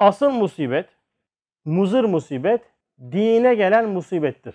Asıl musibet, muzır musibet, dine gelen musibettir.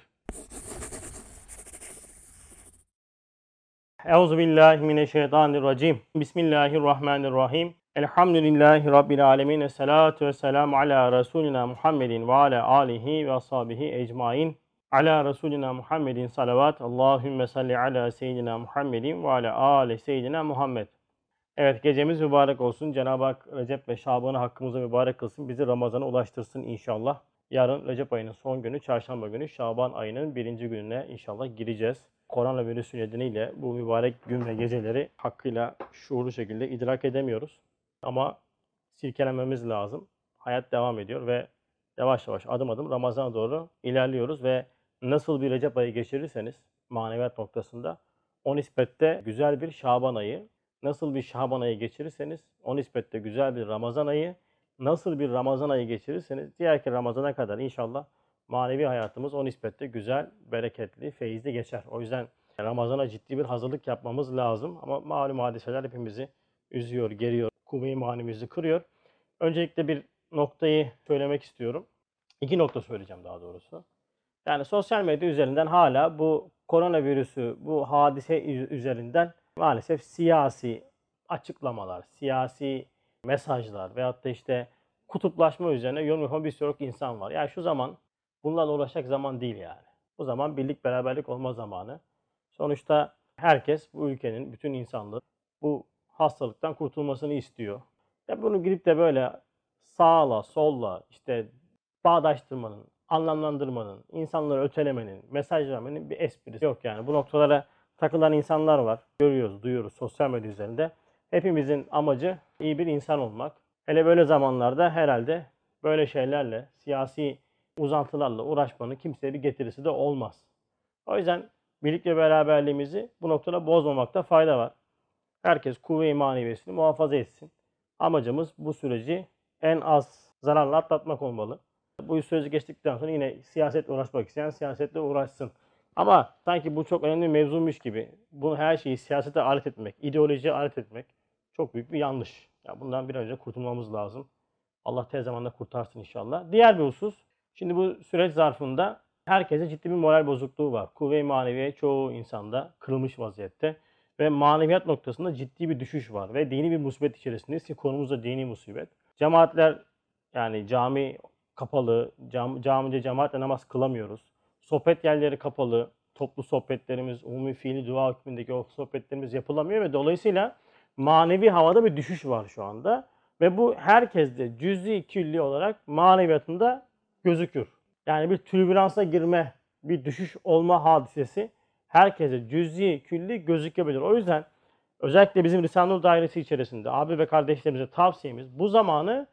Euzubillahimineşşeytanirracim. Bismillahirrahmanirrahim. Elhamdülillahi Rabbil alemin. Esselatu vesselamu ala Resulina Muhammedin ve ala alihi ve ashabihi ecmain. Ala Resulina Muhammedin salavat. Allahümme salli ala seyyidina Muhammedin ve ala ali seyyidina Muhammed. Evet, gecemiz mübarek olsun. Cenab-ı Hak Recep ve Şaban'ı hakkımıza mübarek kılsın. Bizi Ramazan'a ulaştırsın inşallah. Yarın Recep ayının son günü, çarşamba günü, Şaban ayının birinci gününe inşallah gireceğiz. Koronavirüs nedeniyle bu mübarek gün ve geceleri hakkıyla şuurlu şekilde idrak edemiyoruz. Ama silkelenmemiz lazım. Hayat devam ediyor ve yavaş yavaş adım adım Ramazan'a doğru ilerliyoruz ve nasıl bir Recep ayı geçirirseniz maneviyat noktasında o nispette güzel bir Şaban ayı, nasıl bir Şaban ayı geçirirseniz o nispette güzel bir Ramazan ayı, nasıl bir Ramazan ayı geçirirseniz diğerki Ramazan'a kadar inşallah manevi hayatımız o nispette güzel, bereketli, feyizli geçer. O yüzden Ramazan'a ciddi bir hazırlık yapmamız lazım. Ama malum hadiseler hepimizi üzüyor, geriyor, kuvve-i manimizi kırıyor. Öncelikle bir noktayı söylemek istiyorum. İki nokta söyleyeceğim daha doğrusu. Yani sosyal medya üzerinden hala bu koronavirüsü, bu hadise üzerinden maalesef siyasi açıklamalar, siyasi mesajlar veyahut da işte kutuplaşma üzerine yorum yapan bir sürü insan var. Yani şu zaman bunlarla uğraşacak zaman değil yani. Bu zaman birlik beraberlik olma zamanı. Sonuçta herkes bu ülkenin, bütün insanlığı bu hastalıktan kurtulmasını istiyor. Ya bunu gidip de böyle sağla, solla, işte bağdaştırmanın, anlamlandırmanın, insanları ötelemenin, mesaj vermenin bir esprisi yok yani. Bu noktalara takılan insanlar var. Görüyoruz, duyuyoruz sosyal medya üzerinde. Hepimizin amacı iyi bir insan olmak. Hele böyle zamanlarda herhalde böyle şeylerle, siyasi uzantılarla uğraşmanın kimseye bir getirisi de olmaz. O yüzden birlik ve beraberliğimizi bu noktada bozmamakta fayda var. Herkes kuvve-i maneviyesini muhafaza etsin. Amacımız bu süreci en az zararla atlatmak olmalı. Bu süreci geçtikten sonra yine siyasetle uğraşmak isteyen siyasetle uğraşsın. Ama sanki bu çok önemli bir mevzuymuş gibi bunu her şeyi siyasete alet etmek, ideolojiye alet etmek çok büyük bir yanlış. Ya bundan bir an önce kurtulmamız lazım. Allah tez zamanda kurtarsın inşallah. Diğer bir husus, şimdi bu süreç zarfında herkese ciddi bir moral bozukluğu var. Kuvve-i maneviye çoğu insanda kırılmış vaziyette ve maneviyat noktasında ciddi bir düşüş var ve dini bir musibet içerisindeyiz ki konumuz da dini musibet. Cemaatler, yani cami kapalı, camide cemaatle namaz kılamıyoruz. Sohbet yerleri kapalı, toplu sohbetlerimiz, umumi fiili dua hükmündeki o sohbetlerimiz yapılamıyor ve dolayısıyla manevi havada bir düşüş var şu anda. Ve bu herkeste cüz'i külli olarak maneviyatında gözükür. Yani bir türbülansa girme, bir düşüş olma hadisesi herkese cüz'i külli gözükebilir. O yüzden özellikle bizim Risale-i Nur dairesi içerisinde abi ve kardeşlerimize tavsiyemiz bu zamanı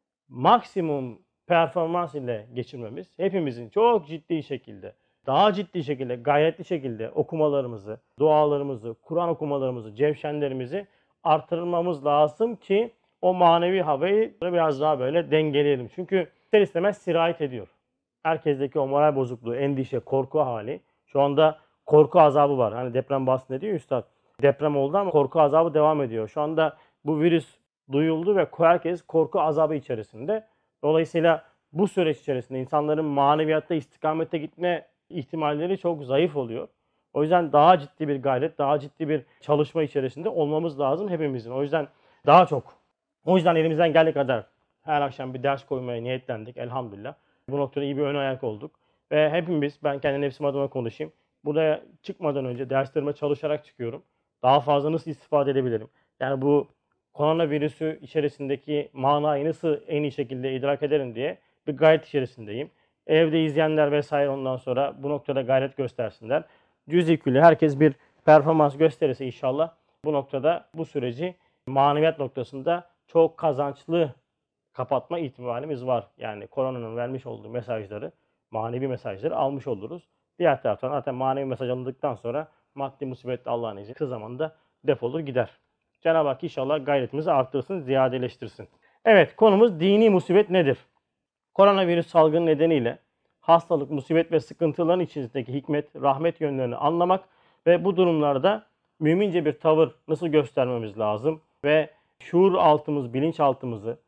maksimum performans ile geçirmemiz. Hepimizin çok ciddi şekilde, daha ciddi şekilde, gayretli şekilde okumalarımızı, dualarımızı, Kur'an okumalarımızı, cevşenlerimizi artırmamız lazım ki o manevi havayı biraz daha böyle dengeleyelim. Çünkü ister istemez sirayet ediyor. Herkesteki o moral bozukluğu, endişe, korku hali. Şu anda korku azabı var. Hani deprem bahsinde diyor üstad. Deprem oldu ama korku azabı devam ediyor. Şu anda bu virüs duyuldu ve herkes korku azabı içerisinde. Dolayısıyla bu süreç içerisinde insanların maneviyatta istikamete gitme ihtimalleri çok zayıf oluyor. O yüzden daha ciddi bir gayret, daha ciddi bir çalışma içerisinde olmamız lazım hepimizin. O yüzden daha çok. O yüzden elimizden geldiği kadar her akşam bir ders koymaya niyetlendik elhamdülillah. Bu noktada iyi bir ön ayak olduk. Ve hepimiz, ben kendi nefsim adıma konuşayım. Buraya çıkmadan önce derslerime çalışarak çıkıyorum. Daha fazla nasıl istifade edebilirim? Yani bu koronavirüsü içerisindeki manayı nasıl en iyi şekilde idrak ederim diye bir gayret içerisindeyim. Evde izleyenler vesaire ondan sonra bu noktada gayret göstersinler. Cüz-i külli herkes bir performans gösterirse inşallah bu noktada bu süreci maneviyat noktasında çok kazançlı kapatma ihtimalimiz var. Yani koronanın vermiş olduğu mesajları, manevi mesajları almış oluruz. Diğer taraftan zaten manevi mesaj alındıktan sonra maddi musibet Allah'ın izniyle kısa zamanda defolur gider. Cenab-ı Hak inşallah gayretimizi arttırsın, ziyadeleştirsin. Evet, konumuz dini musibet nedir? Koronavirüs salgını nedeniyle hastalık, musibet ve sıkıntıların içindeki hikmet, rahmet yönlerini anlamak ve bu durumlarda mümince bir tavır nasıl göstermemiz lazım ve şuur altımız, bilinç altımızı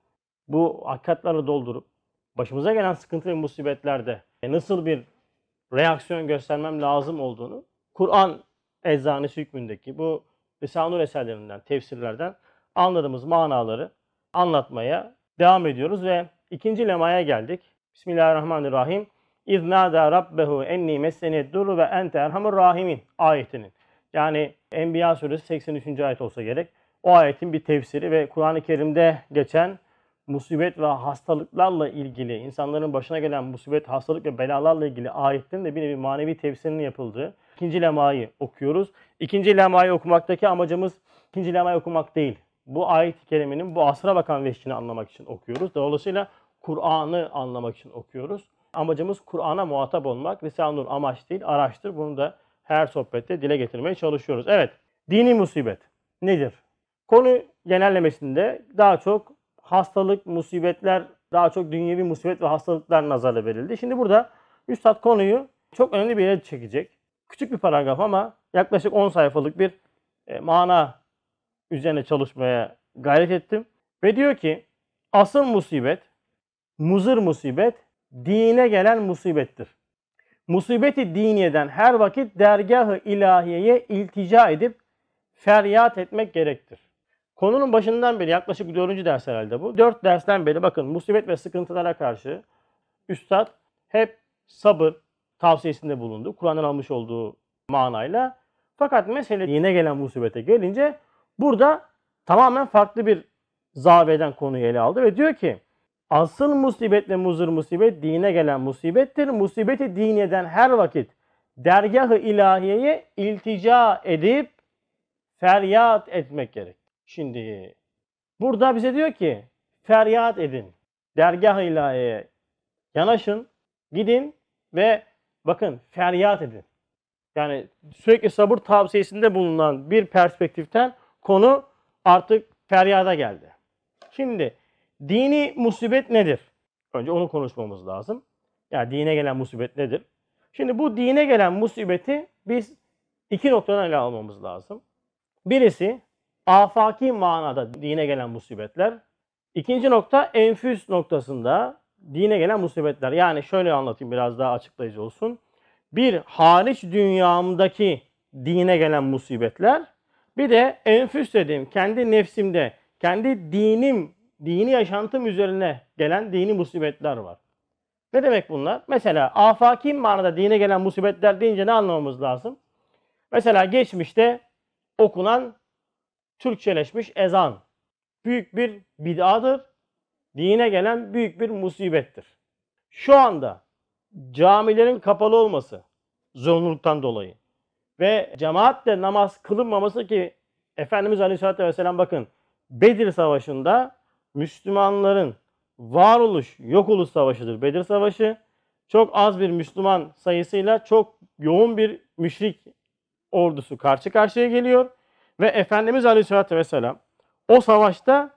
bu hakikatlerle doldurup başımıza gelen sıkıntı ve musibetlerde nasıl bir reaksiyon göstermem lazım olduğunu Kur'an eczanesi hükmündeki bu Risale-i Nur eserlerinden, tefsirlerden anladığımız manaları anlatmaya devam ediyoruz ve ikinci lemaya geldik. Bismillahirrahmanirrahim. İz nâdâ rabbehu enni messeniyed-durru ve ente erhamur rahimin ayetinin. Yani Enbiya suresi 83. ayet olsa gerek. O ayetin bir tefsiri ve Kur'an-ı Kerim'de geçen musibet ve hastalıklarla ilgili, insanların başına gelen musibet, hastalık ve belalarla ilgili ayetlerin de bir nevi manevi tefsirinin yapıldığı ikinci lemayı okuyoruz. İkinci lemayı okumaktaki amacımız ikinci lemayı okumak değil. Bu ayet-i kerimenin bu asra bakan veçhini anlamak için okuyoruz. Dolayısıyla Kur'an'ı anlamak için okuyoruz. Amacımız Kur'an'a muhatap olmak. Risale-i Nur amaç değil, araçtır. Bunu da her sohbette dile getirmeye çalışıyoruz. Evet, dini musibet nedir? Konu genellemesinde daha çok hastalık, musibetler, daha çok dünyevi musibet ve hastalıklar nazara verildi. Şimdi burada Üstad konuyu çok önemli bir yere çekecek. Küçük bir paragraf ama yaklaşık 10 sayfalık bir mana üzerine çalışmaya gayret ettim. Ve diyor ki, asıl musibet, muzır musibet, dine gelen musibettir. Musibeti diniyeden her vakit dergâh-ı ilahiyeye iltica edip feryat etmek gerektir. Konunun başından beri yaklaşık 4. ders herhalde bu. 4 dersten beri bakın musibet ve sıkıntılara karşı Üstad hep sabır tavsiyesinde bulundu. Kur'an'dan almış olduğu manayla. Fakat mesele dine gelen musibete gelince burada tamamen farklı bir zaviyeden konuyu ele aldı ve diyor ki asıl musibet ve muzır musibet dine gelen musibettir. Musibeti diniyeden her vakit dergâh-ı ilahiyeye iltica edip feryat etmek gerek. Şimdi burada bize diyor ki feryat edin. Dergâh-ı ilahiyeye yanaşın, gidin ve bakın feryat edin. Yani sürekli sabır tavsiyesinde bulunan bir perspektiften konu artık feryada geldi. Şimdi dini musibet nedir? Önce onu konuşmamız lazım. Yani dine gelen musibet nedir? Şimdi bu dine gelen musibeti biz iki noktadan ele almamız lazım. Birisi afaki manada dine gelen musibetler. İkinci nokta enfüs noktasında dine gelen musibetler. Yani şöyle anlatayım biraz daha açıklayıcı olsun. Bir hariç dünyamdaki dine gelen musibetler. Bir de enfüs dediğim kendi nefsimde, kendi dini yaşantım üzerine gelen dini musibetler var. Ne demek bunlar? Mesela afaki manada dine gelen musibetler deyince ne anlamamız lazım? Mesela geçmişte okunan Türkçeleşmiş ezan büyük bir bid'adır. Dine gelen büyük bir musibettir. Şu anda camilerin kapalı olması zorunluluktan dolayı ve cemaatle namaz kılınmaması ki Efendimiz Aleyhisselatü Vesselam bakın Bedir Savaşı'nda Müslümanların varoluş yok oluş savaşıdır Bedir Savaşı. Çok az bir Müslüman sayısıyla çok yoğun bir müşrik ordusu karşı karşıya geliyor. Ve Efendimiz Aleyhisselatü Vesselam o savaşta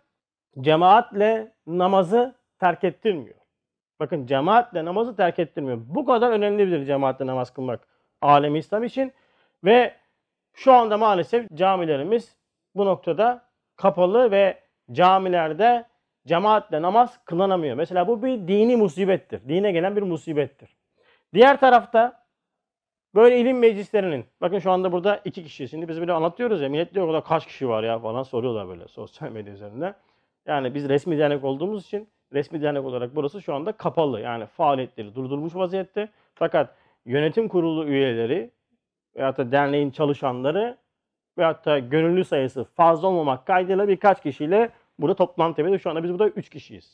cemaatle namazı terk ettirmiyor. Bakın cemaatle namazı terk ettirmiyor. Bu kadar önemlidir cemaatle namaz kılmak alemi İslam için. Ve şu anda maalesef camilerimiz bu noktada kapalı ve camilerde cemaatle namaz kılınamıyor. Mesela bu bir dini musibettir. Dine gelen bir musibettir. Diğer tarafta böyle ilim meclislerinin, bakın şu anda burada 2 kişi. Şimdi biz böyle anlatıyoruz ya, millet diyor orada kaç kişi var ya falan soruyorlar böyle sosyal medya üzerinde. Yani biz resmi dernek olduğumuz için resmi dernek olarak burası şu anda kapalı. Yani faaliyetleri durdurmuş vaziyette. Fakat yönetim kurulu üyeleri veyahut da derneğin çalışanları veyahut da gönüllü sayısı fazla olmamak kaydıyla birkaç kişiyle burada toplantı yapıyoruz. Şu anda biz burada 3 kişiyiz.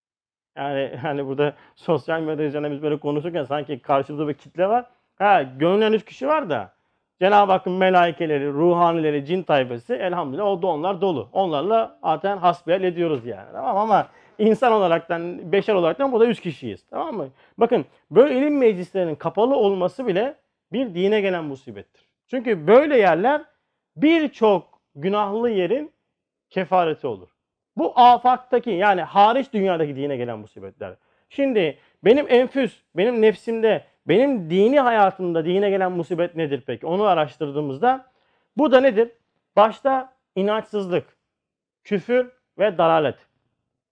Yani burada sosyal medya üzerine biz böyle konuşurken sanki karşımızda bir kitle var. Gönüllenen 3 kişi var da Cenab-ı Hakk'ın melaikeleri, ruhanileri, cin tayfası elhamdülillah o da onlar dolu. Onlarla zaten hasbihal ediyoruz yani. Tamam ama insan olaraktan, beşer olaraktan burada 3 kişiyiz. Tamam mı? Bakın böyle ilim meclislerinin kapalı olması bile bir dine gelen musibettir. Çünkü böyle yerler birçok günahlı yerin kefareti olur. Bu afaktaki yani hariç dünyadaki dine gelen musibetler. Şimdi benim enfüs, benim nefsimde, benim dini hayatımda dine gelen musibet nedir peki? Onu araştırdığımızda bu da nedir? Başta inançsızlık, küfür ve dalalet.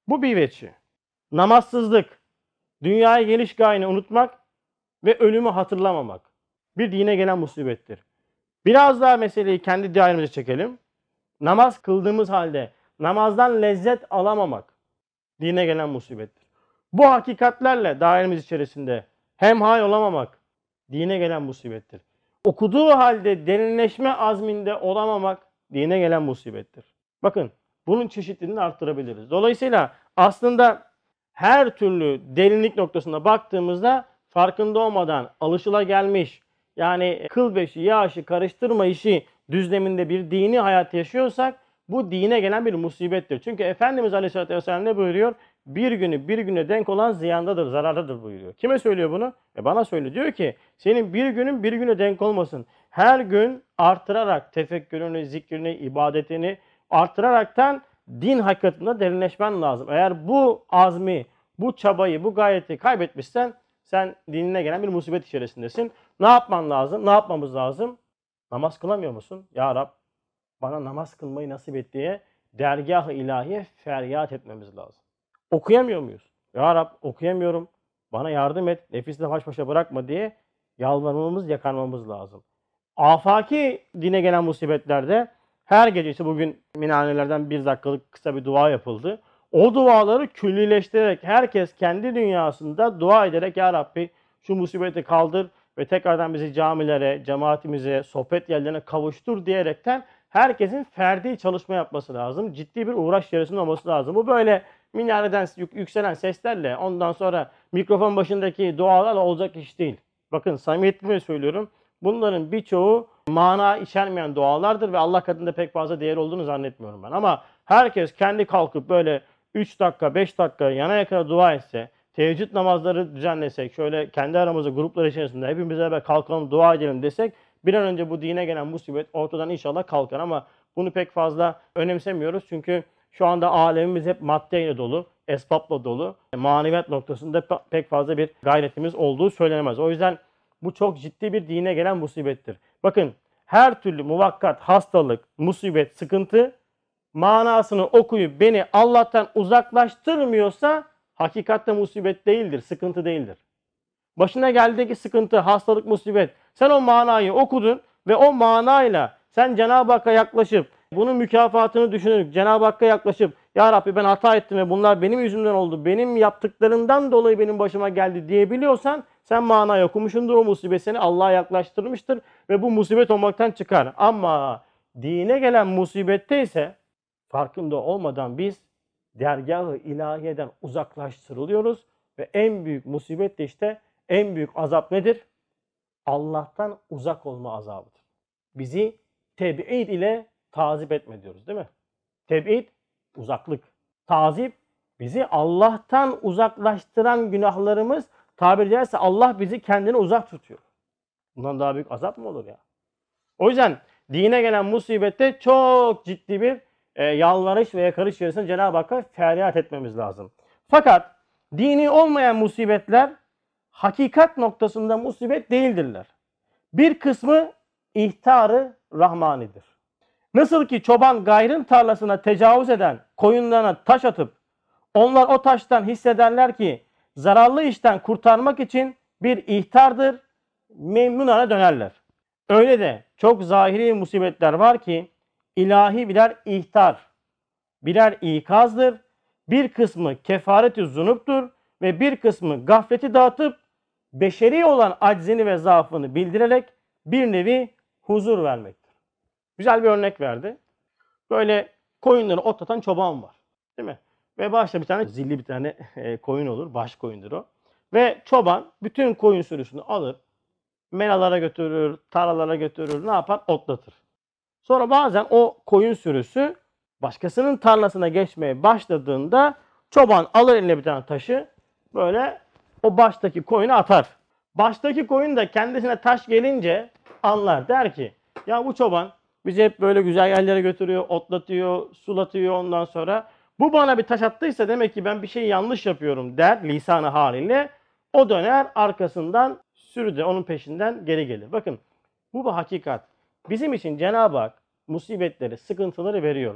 Bu bir veçi. Namazsızlık, dünyaya geliş gayeni unutmak ve ölümü hatırlamamak bir dine gelen musibettir. Biraz daha meseleyi kendi dairemize çekelim. Namaz kıldığımız halde namazdan lezzet alamamak dine gelen musibettir. Bu hakikatlerle dairemiz içerisinde hemhal olamamak dine gelen musibettir. Okuduğu halde derinleşme azminde olamamak dine gelen musibettir. Bakın bunun çeşitliliğini arttırabiliriz. Dolayısıyla aslında her türlü derinlik noktasına baktığımızda farkında olmadan alışılagelmiş, yani kıl beşi yağışı karıştırma işi düzleminde bir dini hayat yaşıyorsak bu dine gelen bir musibettir. Çünkü Efendimiz Aleyhisselatü Vesselam ne buyuruyor? Bir günü bir güne denk olan ziyandadır, zarardadır buyuruyor. Kime söylüyor bunu? Bana söylüyor. Diyor ki senin bir günün bir güne denk olmasın. Her gün artırarak tefekkürünü, zikrini, ibadetini artıraraktan din hakikatinde derinleşmen lazım. Eğer bu azmi, bu çabayı, bu gayreti kaybetmişsen sen dinine gelen bir musibet içerisindesin. Ne yapman lazım? Ne yapmamız lazım? Namaz kılamıyor musun? Ya Rab bana namaz kılmayı nasip et diye dergâh-ı ilahiye feryat etmemiz lazım. Okuyamıyor muyuz? Ya Rab okuyamıyorum. Bana yardım et. Nefisle baş başa bırakma diye yalvarmamız, yakarmamız lazım. Afaki dine gelen musibetlerde her gece işte bugün minarelerden 1 dakikalık kısa bir dua yapıldı. O duaları küllileştirerek herkes kendi dünyasında dua ederek ya Rabbi şu musibeti kaldır ve tekrardan bizi camilere, cemaatimize, sohbet yerlerine kavuştur diyerekten herkesin ferdi çalışma yapması lazım. Ciddi bir uğraş içerisinde olması lazım. Bu böyle minareden yükselen seslerle ondan sonra mikrofon başındaki dualarla olacak iş değil. Bakın samimiyetimle söylüyorum. Bunların birçoğu mana içermeyen dualardır ve Allah katında pek fazla değer olduğunu zannetmiyorum ben. Ama herkes kendi kalkıp böyle 3 dakika, 5 dakika yana yakına dua etse, teheccüd namazları düzenlesek, şöyle kendi aramızda gruplar içerisinde hepimiz beraber kalkalım dua edelim desek bir an önce bu dine gelen musibet ortadan inşallah kalkar ama bunu pek fazla önemsemiyoruz. Çünkü şu anda alemimiz hep maddeyle dolu, esbabla dolu. Maneviyat noktasında pek fazla bir gayretimiz olduğu söylenemez. O yüzden bu çok ciddi bir dine gelen musibettir. Bakın her türlü muvakkat, hastalık, musibet, sıkıntı manasını okuyup beni Allah'tan uzaklaştırmıyorsa hakikatte musibet değildir, sıkıntı değildir. Başına geldiği sıkıntı, hastalık, musibet. Sen o manayı okudun ve o manayla sen Cenab-ı Hakk'a yaklaşıp bunun mükafatını düşünerek Cenab-ı Hakk'a yaklaşıp ya Rabbi ben hata ettim ve bunlar benim yüzümden oldu. Benim yaptıklarımdan dolayı benim başıma geldi diyebiliyorsan sen manayı okumuşsundur. O musibet seni Allah'a yaklaştırmıştır ve bu musibet olmaktan çıkar. Ama dine gelen musibette ise farkında olmadan biz dergâh-ı ilahiyeden uzaklaştırılıyoruz ve en büyük musibet de işte en büyük azap nedir? Allah'tan uzak olma azabıdır. Bizi teb'id ile tazip etme diyoruz değil mi? Teb'id uzaklık. Tazip bizi Allah'tan uzaklaştıran günahlarımız, tabiri caizse Allah bizi kendine uzak tutuyor. Bundan daha büyük azap mı olur ya? O yüzden dine gelen musibette çok ciddi bir yalvarış ve yakarış içerisinde Cenab-ı Hakk'a feryat etmemiz lazım. Fakat dini olmayan musibetler hakikat noktasında musibet değildirler. Bir kısmı ihtar-ı rahmanidir. Nasıl ki çoban gayrın tarlasına tecavüz eden koyunlarına taş atıp onlar o taştan hissederler ki zararlı işten kurtarmak için bir ihtardır, memnunana dönerler. Öyle de çok zahiri musibetler var ki ilahi birer ihtar, birer ikazdır. Bir kısmı kefaret-i zunuptur ve bir kısmı gafleti dağıtıp beşeri olan aczini ve zaafını bildirerek bir nevi huzur vermektir. Güzel bir örnek verdi. Böyle koyunları otlatan çoban var. Değil mi? Ve başta bir tane zilli bir tane koyun olur. Baş koyundur o. Ve çoban bütün koyun sürüsünü alır. Meralara götürür, tarlalara götürür. Ne yapar? Otlatır. Sonra bazen o koyun sürüsü başkasının tarlasına geçmeye başladığında çoban alır eline bir tane taşı. Böyle o baştaki koyunu atar. Baştaki koyun da kendisine taş gelince anlar. Der ki ya bu çoban bizi hep böyle güzel yerlere götürüyor, otlatıyor, sulatıyor ondan sonra. Bu bana bir taş attıysa demek ki ben bir şey yanlış yapıyorum der lisanı haliyle. O döner arkasından sürü de onun peşinden geri gelir. Bakın bu bir hakikat. Bizim için Cenab-ı Hak musibetleri, sıkıntıları veriyor ve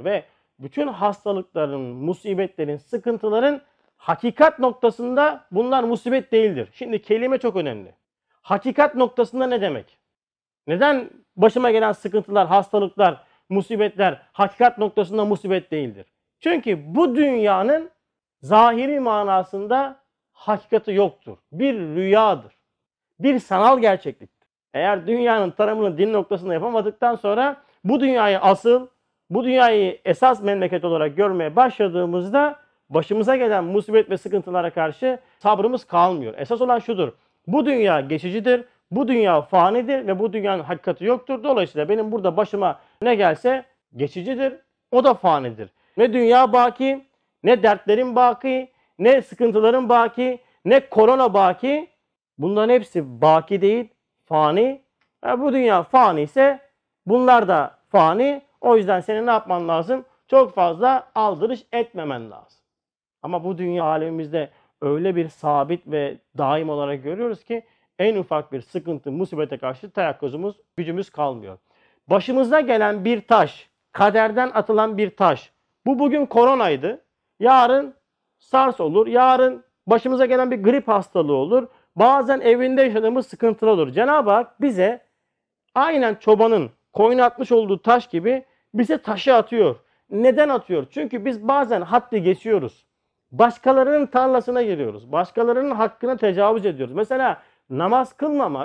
bütün hastalıkların, musibetlerin, sıkıntıların hakikat noktasında bunlar musibet değildir. Şimdi kelime çok önemli. Hakikat noktasında ne demek? Neden başıma gelen sıkıntılar, hastalıklar, musibetler hakikat noktasında musibet değildir? Çünkü bu dünyanın zahiri manasında hakikati yoktur. Bir rüyadır. Bir sanal gerçekliktir. Eğer dünyanın tanımını din noktasında yapamadıktan sonra bu dünyayı asıl, bu dünyayı esas memleket olarak görmeye başladığımızda başımıza gelen musibet ve sıkıntılara karşı sabrımız kalmıyor. Esas olan şudur. Bu dünya geçicidir. Bu dünya fanidir ve bu dünyanın hakikati yoktur. Dolayısıyla benim burada başıma ne gelse geçicidir. O da fanidir. Ne dünya baki, ne dertlerim baki, ne sıkıntılarım baki, ne korona baki. Bunların hepsi baki değil, fani. Bu dünya fani ise bunlar da fani. O yüzden senin ne yapman lazım? Çok fazla aldırış etmemen lazım. Ama bu dünya alemimizde öyle bir sabit ve daim olarak görüyoruz ki en ufak bir sıkıntı, musibete karşı teyakkuzumuz, gücümüz kalmıyor. Başımıza gelen bir taş, kaderden atılan bir taş. Bu bugün koronaydı. Yarın SARS olur. Yarın başımıza gelen bir grip hastalığı olur. Bazen evinde yaşadığımız sıkıntılar olur. Cenab-ı Hak bize aynen çobanın koyuna atmış olduğu taş gibi bize taşı atıyor. Neden atıyor? Çünkü biz bazen haddi geçiyoruz. Başkalarının tarlasına giriyoruz. Başkalarının hakkına tecavüz ediyoruz. Mesela namaz kılmamak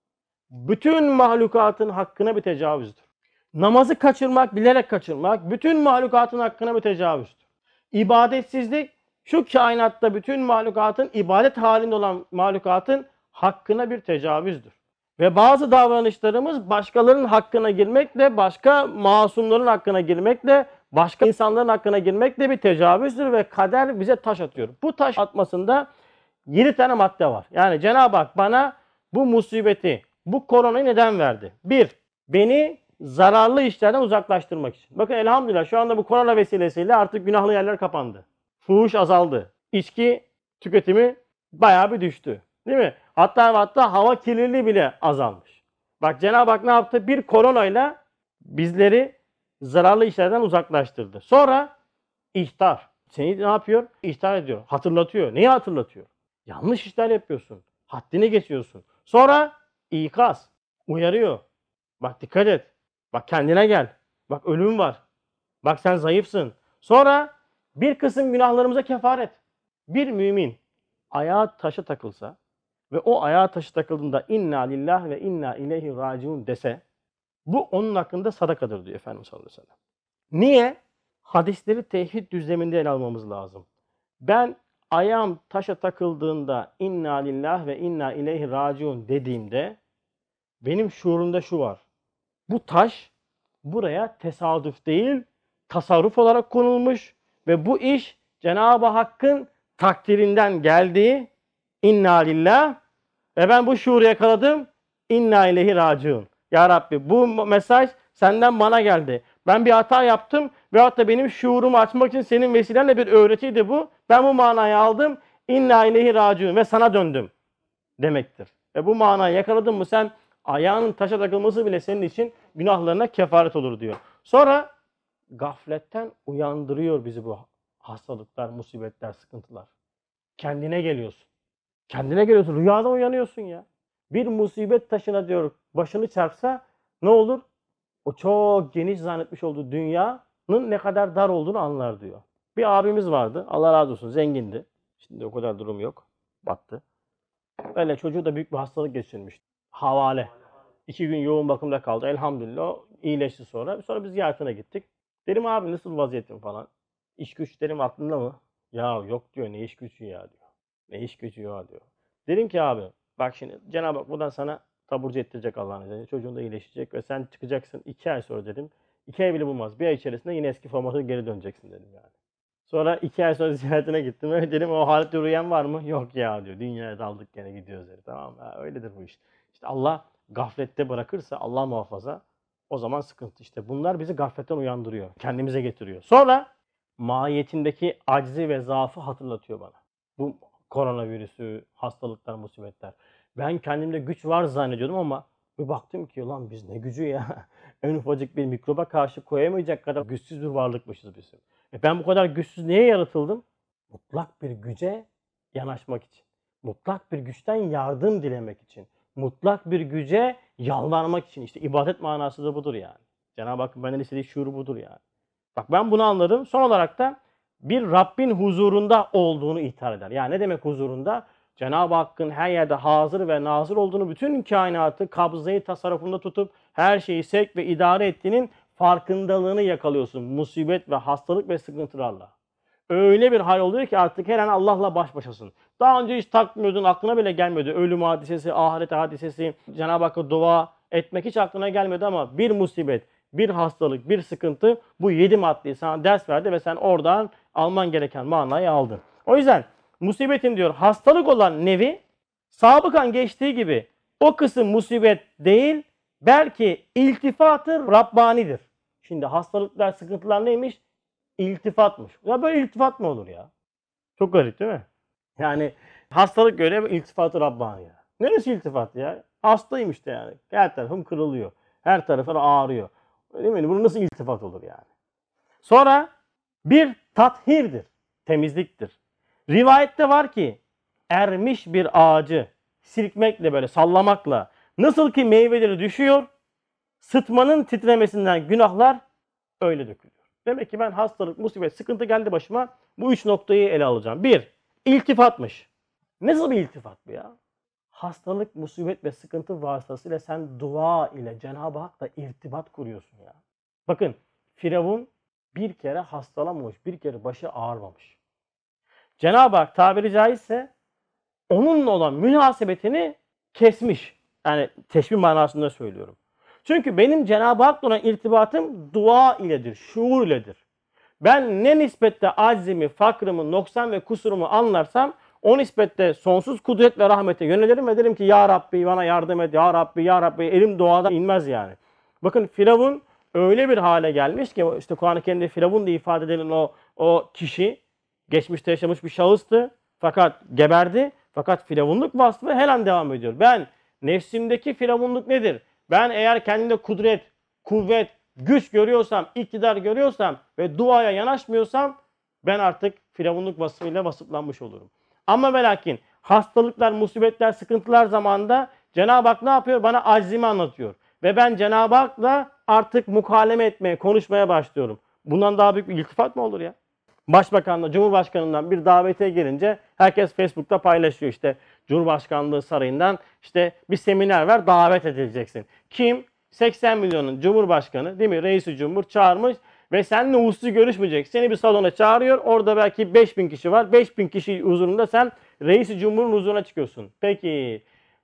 bütün mahlukatın hakkına bir tecavüzdür. Namazı kaçırmak, bilerek kaçırmak bütün mahlukatın hakkına bir tecavüzdür. İbadetsizlik şu kainatta bütün mahlukatın, ibadet halinde olan mahlukatın hakkına bir tecavüzdür. Ve bazı davranışlarımız başkalarının hakkına girmekle, başka masumların hakkına girmekle, başka insanların hakkına girmekle bir tecavüzdür ve kader bize taş atıyor. Bu taş atmasında 7 tane madde var. Yani Cenab-ı Hak bana bu musibeti, bu koronayı neden verdi? 1. Beni zararlı işlerden uzaklaştırmak için. Bakın elhamdülillah şu anda bu korona vesilesiyle artık günahlı yerler kapandı. Fuhuş azaldı. İçki tüketimi bayağı bir düştü. Değil mi? Hatta hava kirliliği bile azalmış. Bak Cenab-ı Hak ne yaptı? Bir koronayla bizleri zararlı işlerden uzaklaştırdı. Sonra ihtar. Seni ne yapıyor? İhtar ediyor. Hatırlatıyor. Neyi hatırlatıyor? Yanlış işler yapıyorsun. Haddini geçiyorsun. Sonra ikaz. Uyarıyor. Bak dikkat et. Bak kendine gel. Bak ölüm var. Bak sen zayıfsın. Sonra bir kısım günahlarımıza kefaret. Bir mümin ayağı taşa takılsa ve o ayağı taşı takıldığında inna lillah ve inna ileyhi raciun dese bu onun hakkında sadakadır diyor Efendimiz sallallahu aleyhi ve sellem. Niye? Hadisleri tevhid düzleminde ele almamız lazım. Ben ayağım taşa takıldığında inna lillah ve inna ileyhi raciun dediğimde benim şuurumda şu var. Bu taş buraya tesadüf değil, tasarruf olarak konulmuş ve bu iş Cenab-ı Hakk'ın takdirinden geldiği inna lillah ve ben bu şuuru yakaladım inna ileyhi raciun. Ya Rabbi bu mesaj senden bana geldi. Ben bir hata yaptım ve hatta benim şuurumu açmak için senin vesilenle bir öğretiydi bu. Ben bu manayı aldım. İnna ileyhi raciun ve sana döndüm demektir. Ve bu manayı yakaladın mı sen ayağının taşa takılması bile senin için günahlarına kefaret olur diyor. Sonra gafletten uyandırıyor bizi bu hastalıklar, musibetler, sıkıntılar. Kendine geliyorsun. Kendine geliyorsun. Rüyada uyanıyorsun ya. Bir musibet taşına diyor başını çarpsa ne olur? O çok geniş zannetmiş olduğu dünyanın ne kadar dar olduğunu anlar diyor. Bir abimiz vardı. Allah razı olsun. Zengindi. Şimdi o kadar durum yok. Battı. Öyle çocuğu da büyük bir hastalık geçirmişti. Havale. 2 gün yoğun bakımda kaldı. Elhamdülillah o iyileşti sonra. Sonra biz ziyaretine gittik. Dedim abi nasıl vaziyetin falan. İş güç dedim aklında mı? Ya yok diyor ne iş gücü ya diyor. Ne iş gücü ya diyor. Dedim ki abi bak şimdi Cenab-ı Hak buradan sana taburcu ettirecek Allah'ın izniyle. Çocuğun da iyileşecek ve sen çıkacaksın 2 ay sonra dedim. 2 ay bile bulmaz. 1 ay içerisinde yine eski formatına geri döneceksin dedim yani. Sonra 2 ay sonra ziyaretine gittim. Öyle dedim o halde yürüyen var mı? Yok ya diyor. Dünyaya daldık gene gidiyoruz dedi. Tamam mı? Öyledir bu iş. İşte Allah gaflette bırakırsa Allah muhafaza o zaman sıkıntı. İşte bunlar bizi gafletten uyandırıyor. Kendimize getiriyor. Sonra mahiyetindeki aczi ve zaafı hatırlatıyor bana. Bu koronavirüsü, hastalıklar, musibetler. Ben kendimde güç var zannediyordum ama Bir baktım ki ulan biz ne gücü ya. En ufacık bir mikroba karşı koyamayacak kadar güçsüz bir varlıkmışız biz. Ben bu kadar güçsüz niye yaratıldım? Mutlak bir güce yanaşmak için. Mutlak bir güçten yardım dilemek için. Mutlak bir güce yalvarmak için. İşte ibadet manası da budur yani. Cenab-ı Hakk'ın benden istediği şuuru budur yani. Bak ben bunu anladım. Son olarak da bir Rabbin huzurunda olduğunu ihtar eder. Yani ne demek huzurunda? Cenab-ı Hakk'ın her yerde hazır ve nazır olduğunu, bütün kainatı kabzayı tasarrufunda tutup her şeyi sevk ve idare ettiğinin farkındalığını yakalıyorsun. Musibet ve hastalık ve sıkıntılarla. Öyle bir hal oluyor ki artık her an Allah'la baş başasın. Daha önce hiç takmıyordun, aklına bile gelmiyordu. Ölüm hadisesi, ahiret hadisesi, Cenab-ı Hakk'a dua etmek hiç aklına gelmedi ama bir musibet, bir hastalık, bir sıkıntı bu 7 maddeyi sana ders verdi ve sen oradan alman gereken manayı aldın. O yüzden musibetin diyor hastalık olan nevi sabıkan geçtiği gibi o kısım musibet değil belki iltifatı Rabbanidir. Şimdi hastalıklar, sıkıntılar neymiş? İltifatmış. Ya böyle iltifat mı olur ya? Çok garip değil mi? Yani hastalık göre iltifatı Rabbani ya. Neresi iltifat ya? Hastayım işte yani. Her tarafım kırılıyor. Her tarafım ağrıyor. Değil mi? Bu nasıl iltifat olur yani? Sonra bir tathirdir. Temizliktir. Rivayette var ki ermiş bir ağacı silkmekle böyle sallamakla nasıl ki meyveleri düşüyor, sıtmanın titremesinden günahlar öyle dökülüyor. Demek ki ben hastalık, musibet, sıkıntı geldi başıma. Bu 3 noktayı ele alacağım. 1. İltifatmış. Nasıl bir iltifat bu ya? Hastalık, musibet ve sıkıntı vasıtasıyla sen dua ile Cenab-ı Hak'la irtibat kuruyorsun ya. Bakın Firavun bir kere hastalamamış, bir kere başı ağrımamış. Cenab-ı Hak tabiri caizse onunla olan münasebetini kesmiş. Yani teşbih manasında söylüyorum. Çünkü benim Cenab-ı Hak'la olan irtibatım dua iledir, şuur iledir. Ben ne nispette aczimi, fakrımı, noksan ve kusurumu anlarsam o nispette sonsuz kudret ve rahmete yönelirim ve derim ki ya Rabbi bana yardım et, ya Rabbi, ya Rabbi, elim duada inmez yani. Bakın Firavun öyle bir hale gelmiş ki işte Kur'an-ı Kerim'de Firavun diye ifade edilen o kişi geçmişte yaşamış bir şahıstı fakat geberdi. Fakat firavunluk vasfı her an devam ediyor. Ben nefsimdeki firavunluk nedir? Ben eğer kendimde kudret, kuvvet, güç görüyorsam, iktidar görüyorsam ve duaya yanaşmıyorsam ben artık firavunluk vasfıyla vasıflanmış olurum. Ama ve lakin hastalıklar, musibetler, sıkıntılar zamanında Cenab-ı Hak ne yapıyor? Bana aczimi anlatıyor. Ve ben Cenab-ı Hak'la artık mukaleme etmeye, konuşmaya başlıyorum. Bundan daha büyük bir iltifat mı olur ya? Başbakanla, Cumhurbaşkanından bir davete gelince herkes Facebook'ta paylaşıyor işte Cumhurbaşkanlığı sarayından işte bir seminer var, davet edileceksin. Kim? 80 milyonun Cumhurbaşkanı değil mi? Reisi Cumhur çağırmış ve seninle hususi görüşmeyecek. Seni bir salona çağırıyor. Orada belki 5000 kişi var. 5000 kişi huzurunda sen Reisi Cumhur'un huzuruna çıkıyorsun. Peki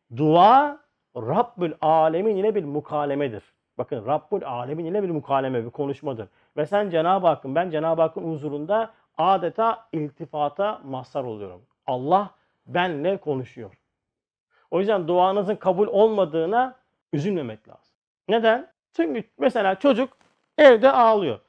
dua Rabbül Alemin ile bir mukalemedir. Bakın Rabbül Alemin ile bir mukaleme, bir konuşmadır. Ve sen Cenab-ı Hakk'ın, ben Cenab-ı Hakk'ın huzurunda adeta iltifata mazhar oluyorum. Allah benle konuşuyor. O yüzden duanızın kabul olmadığına üzülmemek lazım. Neden? Çünkü mesela çocuk evde ağlıyor.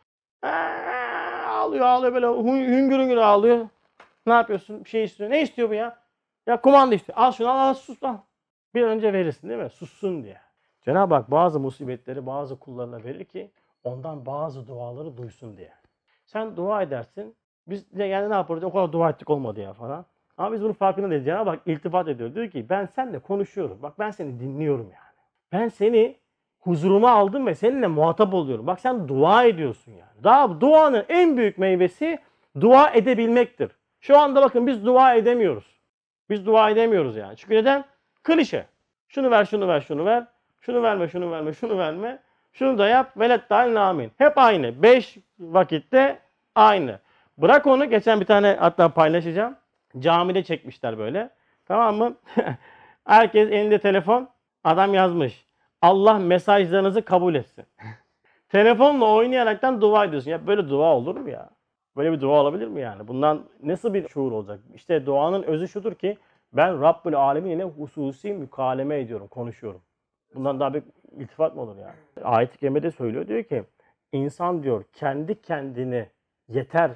Ağlıyor ağlıyor böyle hüngür hüngür ağlıyor. Ne yapıyorsun? Bir şey istiyor. Ne istiyor bu ya? Ya kumanda istiyor. Al şunu al sus lan. Bir an önce verirsin değil mi? Sussun diye. Cenab-ı Hak bazı musibetleri bazı kullarına verir ki ondan bazı duaları duysun diye. Sen dua edersin. Biz de yani ne yaparız? O kadar dua ettik olmadı ya falan. Ama biz bunun farkında değiliz. Cenab-ı Hak iltifat ediyor. Diyor ki ben seninle konuşuyorum. Bak ben seni dinliyorum yani. Ben seni huzuruma aldım ve seninle muhatap oluyorum. Bak sen dua ediyorsun yani. Daha duanın en büyük meyvesi dua edebilmektir. Şu anda bakın biz dua edemiyoruz. Biz dua edemiyoruz yani. Çünkü neden? Klişe. Şunu ver, şunu ver, şunu ver. Şunu verme, şunu verme, şunu verme. Şunu da yap. Velet dahil amin. Hep aynı. 5 vakitte aynı. Bırak onu. Geçen bir tane hatta paylaşacağım. Camide çekmişler böyle. Tamam mı? Herkes elinde telefon. Adam yazmış. Allah mesajlarınızı kabul etsin. Telefonla oynayaraktan dua ediyorsun. Ya böyle dua olur mu ya? Böyle bir dua olabilir mi yani? Bundan nasıl bir şuur olacak? İşte duanın özü şudur ki ben Rabbül Alemin ile hususi mükaleme ediyorum, konuşuyorum. Bundan daha bir iltifat mı olur yani? Ayet-i Kerime'de söylüyor diyor ki insan diyor kendi kendini yeter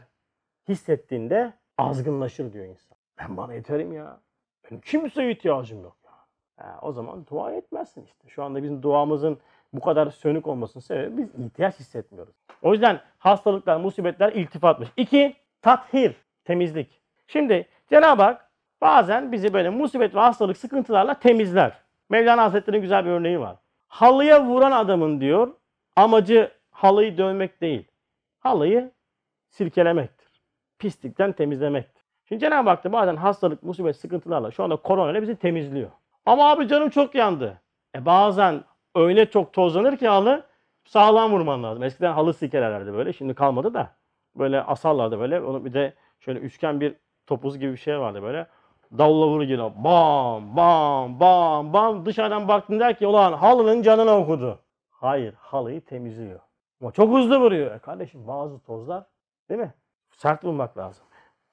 hissettiğinde azgınlaşır diyor insan. Ben bana yeterim ya. Benim kimseye ihtiyacım yok ya. O zaman dua etmezsin işte. Şu anda bizim duamızın bu kadar sönük olmasının sebebi biz ihtiyaç hissetmiyoruz. O yüzden hastalıklar, musibetler iltifatmış. 2. Tathir, temizlik. Şimdi Cenab-ı Hak bazen bizi böyle musibet ve hastalık sıkıntılarla temizler. Mevlana Hazretleri'nin güzel bir örneği var. Halıya vuran adamın diyor amacı halıyı dövmek değil. Halıyı silkelemektir. Pislikten temizlemektir. Şimdi Cenab-ı Hak da bazen hastalık, musibet, sıkıntılarla şu anda korona ile bizi temizliyor. Ama abi canım çok yandı. Bazen öyle çok tozlanır ki halı sağlam vurman lazım. Eskiden halı silkelerlerdi böyle. Şimdi kalmadı da. Böyle asarlardı böyle. Onu bir de şöyle üçgen bir topuz gibi bir şey vardı böyle. Davulla vuru geliyor. Bam bam bam bam. Dışarıdan baktın der ki ulan halının canını okudu. Hayır, halıyı temizliyor. Ama çok hızlı vuruyor. Kardeşim bazı tozlar değil mi? Sert vurmak lazım.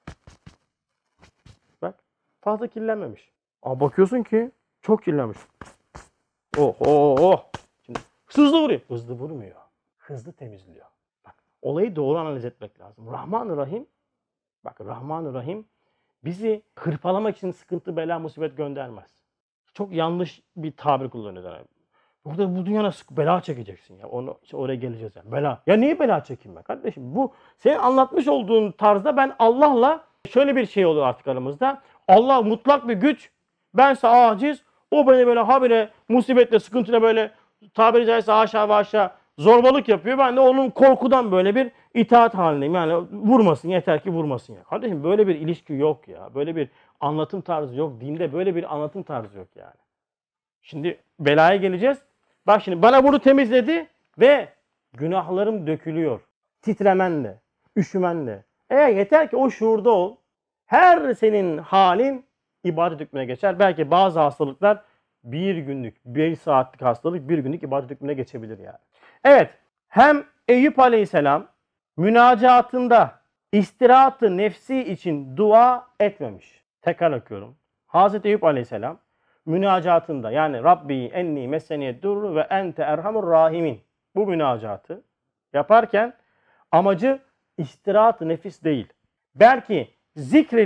Bak fazla kirlenmemiş. Ama bakıyorsun ki çok kirlenmiş. Oh oh oh. Şimdi hızlı vuruyor. Hızlı vurmuyor. Hızlı temizliyor. Bak olayı doğru analiz etmek lazım. Rahman-ı Rahim, bak Rahman-ı Rahim bizi hırpalamak için sıkıntı, bela, musibet göndermez. Çok yanlış bir tabir kullanıyor. Burada bu dünyada bela çekeceksin ya. Onu işte oraya geleceğiz yani. Bela. Ya niye bela çekeyim ben kardeşim? Bu senin anlatmış olduğun tarzda ben Allah'la şöyle bir şey oluyor artık aramızda. Allah mutlak bir güç. Bense aciz. O beni böyle habire musibetle, sıkıntıyla böyle tabiri caizse aşağı ve aşağı zorbalık yapıyor. Ben de onun korkudan böyle bir itaat halindeyim. Yani vurmasın, yeter ki vurmasın ya. Kardeşim böyle bir ilişki yok ya. Böyle bir anlatım tarzı yok. Dinde böyle bir anlatım tarzı yok yani. Şimdi belaya geleceğiz. Bak şimdi bana bunu temizledi ve günahlarım dökülüyor. Titremenle, üşümenle. Yeter ki o şuurda ol. Her senin halin ibadet hükmüne geçer. Belki bazı hastalıklar bir günlük, bir saatlik hastalık bir günlük ibadet hükmüne geçebilir yani. Evet, hem Eyüp Aleyhisselam münacatında istirahat-ı nefsi için dua etmemiş. Tekrar okuyorum. Hazreti Eyüp Aleyhisselam münacatında yani Rabbi enni meseniyed durru ve ente erhamur rahimin bu münacatı yaparken amacı istirahat-ı nefis değil. Belki zikri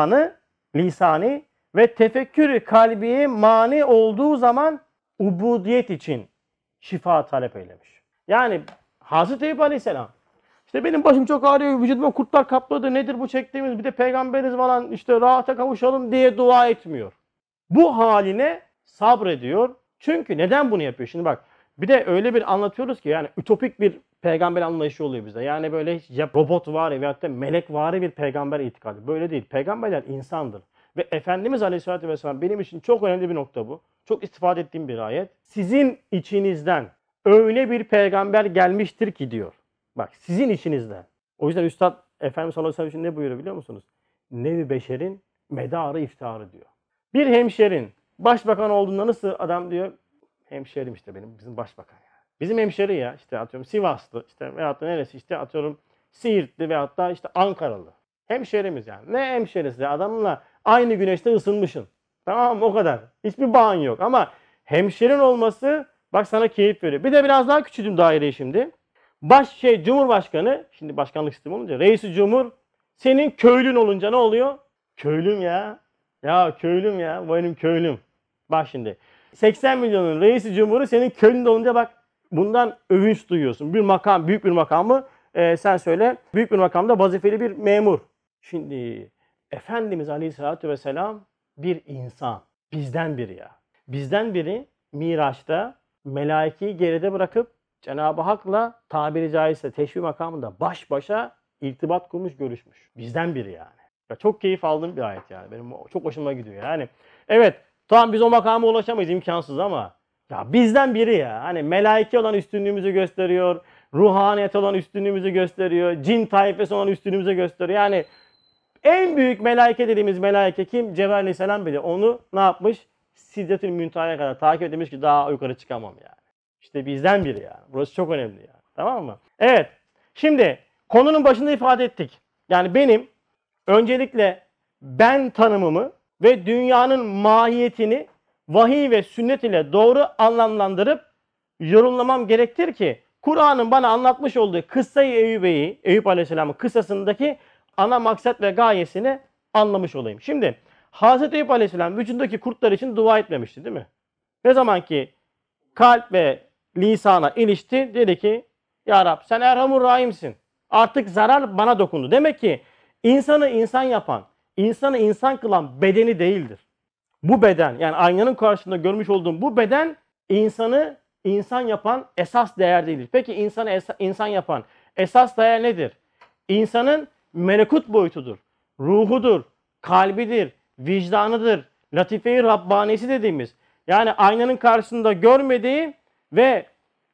lisani ve tefekkür kalbiye mani olduğu zaman ubudiyet için şifa talep eylemiş. Yani Hazreti Eyüp Aleyhisselam işte benim başım çok ağrıyor, vücuduma kurtlar kapladı, nedir bu çektiğimiz, bir de peygamberiz falan işte rahata kavuşalım diye dua etmiyor. Bu haline sabrediyor. Çünkü neden bunu yapıyor? Şimdi bak bir de öyle bir anlatıyoruz ki yani ütopik bir peygamber anlayışı oluyor bizde. Yani böyle ya robot var veyahut da melek vari bir peygamber itikadı. Böyle değil. Peygamberler insandır. Ve Efendimiz Aleyhisselatü Vesselam benim için çok önemli bir nokta bu. Çok istifade ettiğim bir ayet. Sizin içinizden öyle bir peygamber gelmiştir ki diyor. Bak sizin içinizden. O yüzden Üstad Efendimiz sallallahu aleyhi ve sellem ne buyuruyor biliyor musunuz? Nevi beşerin medarı iftiharı diyor. Bir hemşerin başbakan olduğunda nasıl adam diyor? Hemşerim işte bizim başbakan ya. Bizim hemşeri ya işte atıyorum Sivaslı işte veyahut da neresi işte atıyorum Siirtli veyahut da işte Ankaralı. Hemşerimiz yani. Ne hemşerisi ya adamla aynı güneşte ısınmışsın. Tamam mı? O kadar. Hiçbir bağın yok ama hemşerin olması bak sana keyif veriyor. Bir de biraz daha küçüldüm daireyi şimdi. Cumhurbaşkanı şimdi başkanlık sistemi olunca reisi cumhur senin köylün olunca ne oluyor? Köylüm ya. Ya köylüm ya. Benim köylüm. Bak şimdi. 80 milyonun reisi cumhuru senin köylünde olunca bak bundan övünç duyuyorsun. Bir makam, büyük bir makamı sen söyle. Büyük bir makamda vazifeli bir memur. Şimdi Efendimiz Aleyhisselatü Vesselam bir insan. Bizden biri ya. Bizden biri Miraç'ta melaikeyi geride bırakıp Cenab-ı Hak'la tabiri caizse teşbih makamında baş başa irtibat kurmuş, görüşmüş. Bizden biri yani. Ya çok keyif aldığım bir ayet yani. Benim çok hoşuma gidiyor yani. Evet, tamam biz o makama ulaşamayız, imkansız ama ya bizden biri ya. Hani melaike olan üstünlüğümüzü gösteriyor. Ruhaniyet olan üstünlüğümüzü gösteriyor. Cin tayfesi olan üstünlüğümüzü gösteriyor. Yani en büyük melaike dediğimiz melaike kim? Cebrail Aleyhisselam bile onu ne yapmış? Sidretül Münteha'ya kadar takip etmiş ki daha yukarı çıkamam yani. İşte bizden biri yani. Burası çok önemli yani. Tamam mı? Evet. Şimdi konunun başında ifade ettik. Yani benim öncelikle ben tanımımı ve dünyanın mahiyetini vahiy ve sünnet ile doğru anlamlandırıp yorumlamam gerektir ki Kur'an'ın bana anlatmış olduğu kıssa-i Eyüp Aleyhisselam'ın kıssasındaki ana maksat ve gayesini anlamış olayım. Şimdi Hazreti Eyüp Aleyhisselam vücudundaki kurtlar için dua etmemişti değil mi? Ne zaman ki kalp ve lisana ilişti, dedi ki Ya Rab sen Erhamur Rahim'sin. Artık zarar bana dokundu. Demek ki insanı insan yapan, insanı insan kılan bedeni değildir. Bu beden, yani aynanın karşısında görmüş olduğum bu beden insanı insan yapan esas değer değildir. Peki insanı insan yapan esas değer nedir? İnsanın melekut boyutudur, ruhudur, kalbidir, vicdanıdır, latife-i Rabbanisi dediğimiz. Yani aynanın karşısında görmediği ve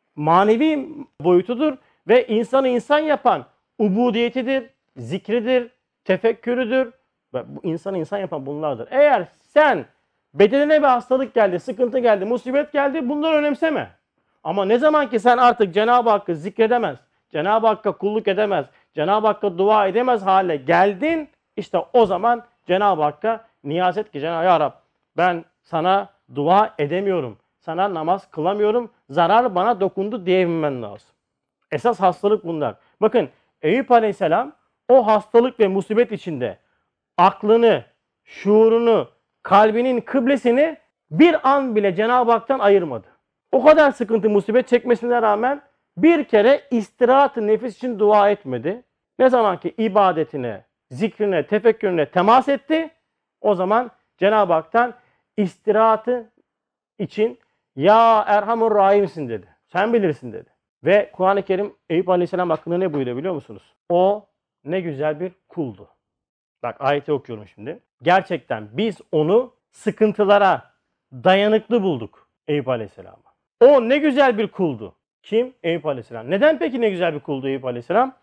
manevi boyutudur ve insanı insan yapan ubudiyetidir, zikridir, tefekkürüdür. Ve bu insanı insan yapan bunlardır. Eğer sen bedenine bir hastalık geldi, sıkıntı geldi, musibet geldi, bunları önemseme. Ama ne zaman ki sen artık Cenab-ı Hakk'ı zikredemez, Cenab-ı Hakk'a kulluk edemez, Cenab-ı Hakk'a dua edemez hale geldin, işte o zaman Cenab-ı Hakk'a niyaz et ki Ya Rab ben sana dua edemiyorum, sana namaz kılamıyorum, zarar bana dokundu diyebilmen lazım. Esas hastalık bunlar. Bakın Eyüp Aleyhisselam o hastalık ve musibet içinde aklını, şuurunu, kalbinin kıblesini bir an bile Cenab-ı Hak'tan ayırmadı. O kadar sıkıntı, musibet çekmesine rağmen bir kere istirahat-ı nefis için dua etmedi. Ne zaman ki ibadetine, zikrine, tefekkürüne temas etti, o zaman Cenab-ı Hak'tan istirahatı için Ya Erhamur Rahim'sin dedi. Sen bilirsin dedi. Ve Kur'an-ı Kerim Eyüp Aleyhisselam hakkında ne buyuruyor biliyor musunuz? O ne güzel bir kuldu. Bak ayeti okuyorum şimdi. Gerçekten biz onu sıkıntılara dayanıklı bulduk Eyüp Aleyhisselam'a. O ne güzel bir kuldu. Kim? Eyüp Aleyhisselam. Neden peki ne güzel bir kuldu Eyüp Aleyhisselam?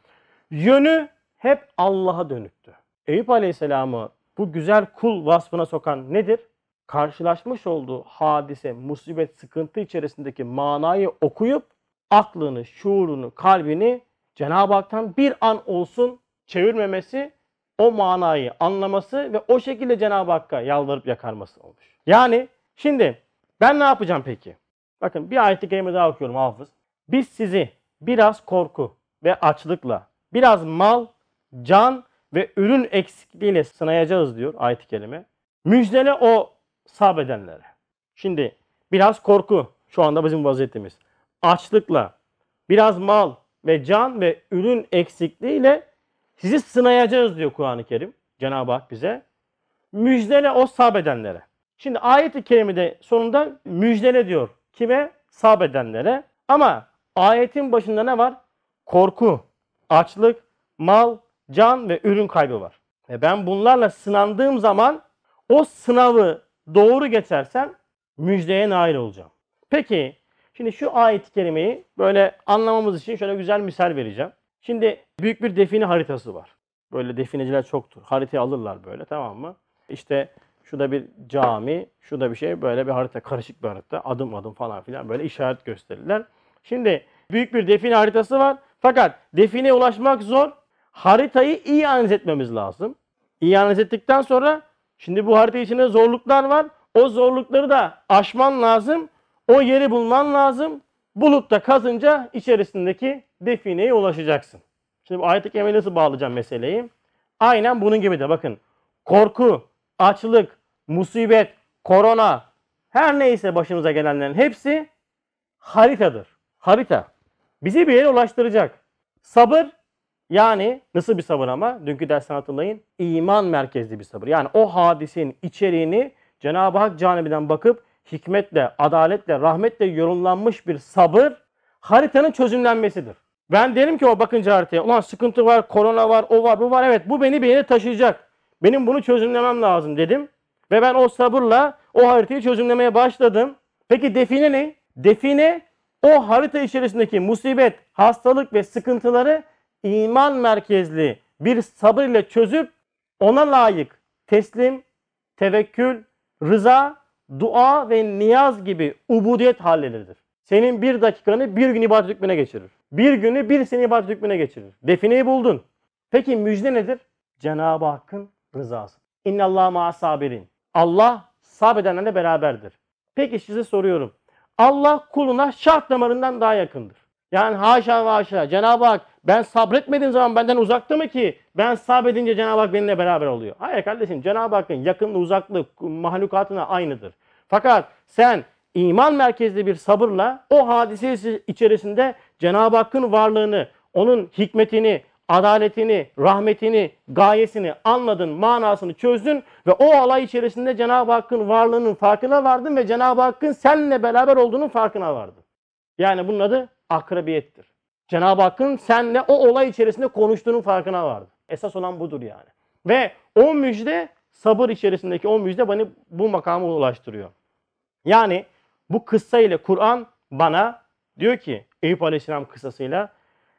Yönü hep Allah'a dönüktü. Eyüp Aleyhisselam'ı bu güzel kul vasfına sokan nedir? Karşılaşmış olduğu hadise, musibet, sıkıntı içerisindeki manayı okuyup aklını, şuurunu, kalbini Cenab-ı Hak'tan bir an olsun çevirmemesi, o manayı anlaması ve o şekilde Cenab-ı Hakk'a yalvarıp yakarması olmuş. Yani şimdi ben ne yapacağım peki? Bakın bir ayet-i kerime daha okuyorum hafız. Biz sizi biraz korku ve açlıkla, biraz mal, can ve ürün eksikliğiyle sınayacağız diyor ayet-i kerime. Müjdele o sabredenlere. Şimdi biraz korku şu anda bizim vaziyetimiz. Açlıkla, biraz mal ve can ve ürün eksikliğiyle sizi sınayacağız diyor Kur'an-ı Kerim. Cenab-ı Hak bize. Müjdele o sabredenlere. Şimdi ayet-i kerimede sonunda müjdele diyor. Kime? Sabredenlere. Ama ayetin başında ne var? Korku, açlık, mal, can ve ürün kaybı var. Ve ben bunlarla sınandığım zaman o sınavı doğru geçersem müjdeye nail olacağım. Peki şimdi şu ayet-i kerimeyi böyle anlamamız için şöyle güzel misal vereceğim. Şimdi büyük bir define haritası var. Böyle defineciler çoktur. Haritayı alırlar böyle, tamam mı? İşte şurada bir cami, şurada bir şey, böyle bir harita, karışık bir harita. Adım adım falan filan böyle işaret gösterirler. Şimdi büyük bir define haritası var. Fakat defineye ulaşmak zor. Haritayı iyi analiz etmemiz lazım. İyi analiz ettikten sonra şimdi bu harita içinde zorluklar var. O zorlukları da aşman lazım. O yeri bulman lazım. Bulup da kazınca içerisindeki defineye ulaşacaksın. Şimdi bu ayet-i kerimeye nasıl bağlayacağım meseleyi? Aynen bunun gibi de bakın. Korku, açlık, musibet, korona, her neyse başımıza gelenlerin hepsi haritadır. Harita. Bizi bir yere ulaştıracak. Sabır, yani nasıl bir sabır ama? Dünkü dersten hatırlayın. İman merkezli bir sabır. Yani o hadisenin içeriğini Cenab-ı Hak canibinden bakıp hikmetle, adaletle, rahmetle yorumlanmış bir sabır haritanın çözümlenmesidir. Ben derim ki o bakınca haritaya, ulan sıkıntı var, korona var, o var, bu var. Evet, bu beni bir yere taşıyacak. Benim bunu çözümlemem lazım dedim. Ve ben o sabırla o haritayı çözümlemeye başladım. Peki define ne? Define o harita içerisindeki musibet, hastalık ve sıkıntıları iman merkezli bir sabır ile çözüp ona layık teslim, tevekkül, rıza, dua ve niyaz gibi ubudiyet halleridir. Senin bir dakikanı bir gün ibadet hükmüne geçirir. Bir günü bir sene ibadet hükmüne geçirir. Defineyi buldun. Peki müjde nedir? Cenab-ı Hakk'ın rızası. İnnallâhe ma'as sabirin. Allah sabredenlerle beraberdir. Peki size soruyorum. Allah kuluna şah damarından daha yakındır. Yani haşa ve haşa. Cenab-ı Hak Ben sabretmediğim zaman benden uzakta mı ki ben sabredince Cenab-ı Hak benimle beraber oluyor? Hayır kardeşim, Cenab-ı Hakk'ın yakınlığı uzaklığı mahlukatına aynıdır. Fakat sen iman merkezli bir sabırla o hadise içerisinde Cenab-ı Hakk'ın varlığını, onun hikmetini, adaletini, rahmetini, gayesini anladın, manasını çözdün ve o olay içerisinde Cenab-ı Hakk'ın varlığının farkına vardın ve Cenab-ı Hakk'ın seninle beraber olduğunun farkına vardın. Yani bunun adı akrebiyettir. Cenab-ı Hakk'ın seninle o olay içerisinde konuştuğunun farkına vardın. Esas olan budur yani. Ve o müjde, sabır içerisindeki o müjde beni bu makama ulaştırıyor. Yani bu kıssa ile Kur'an bana diyor ki, Eyüp Aleyhisselam kıssasıyla,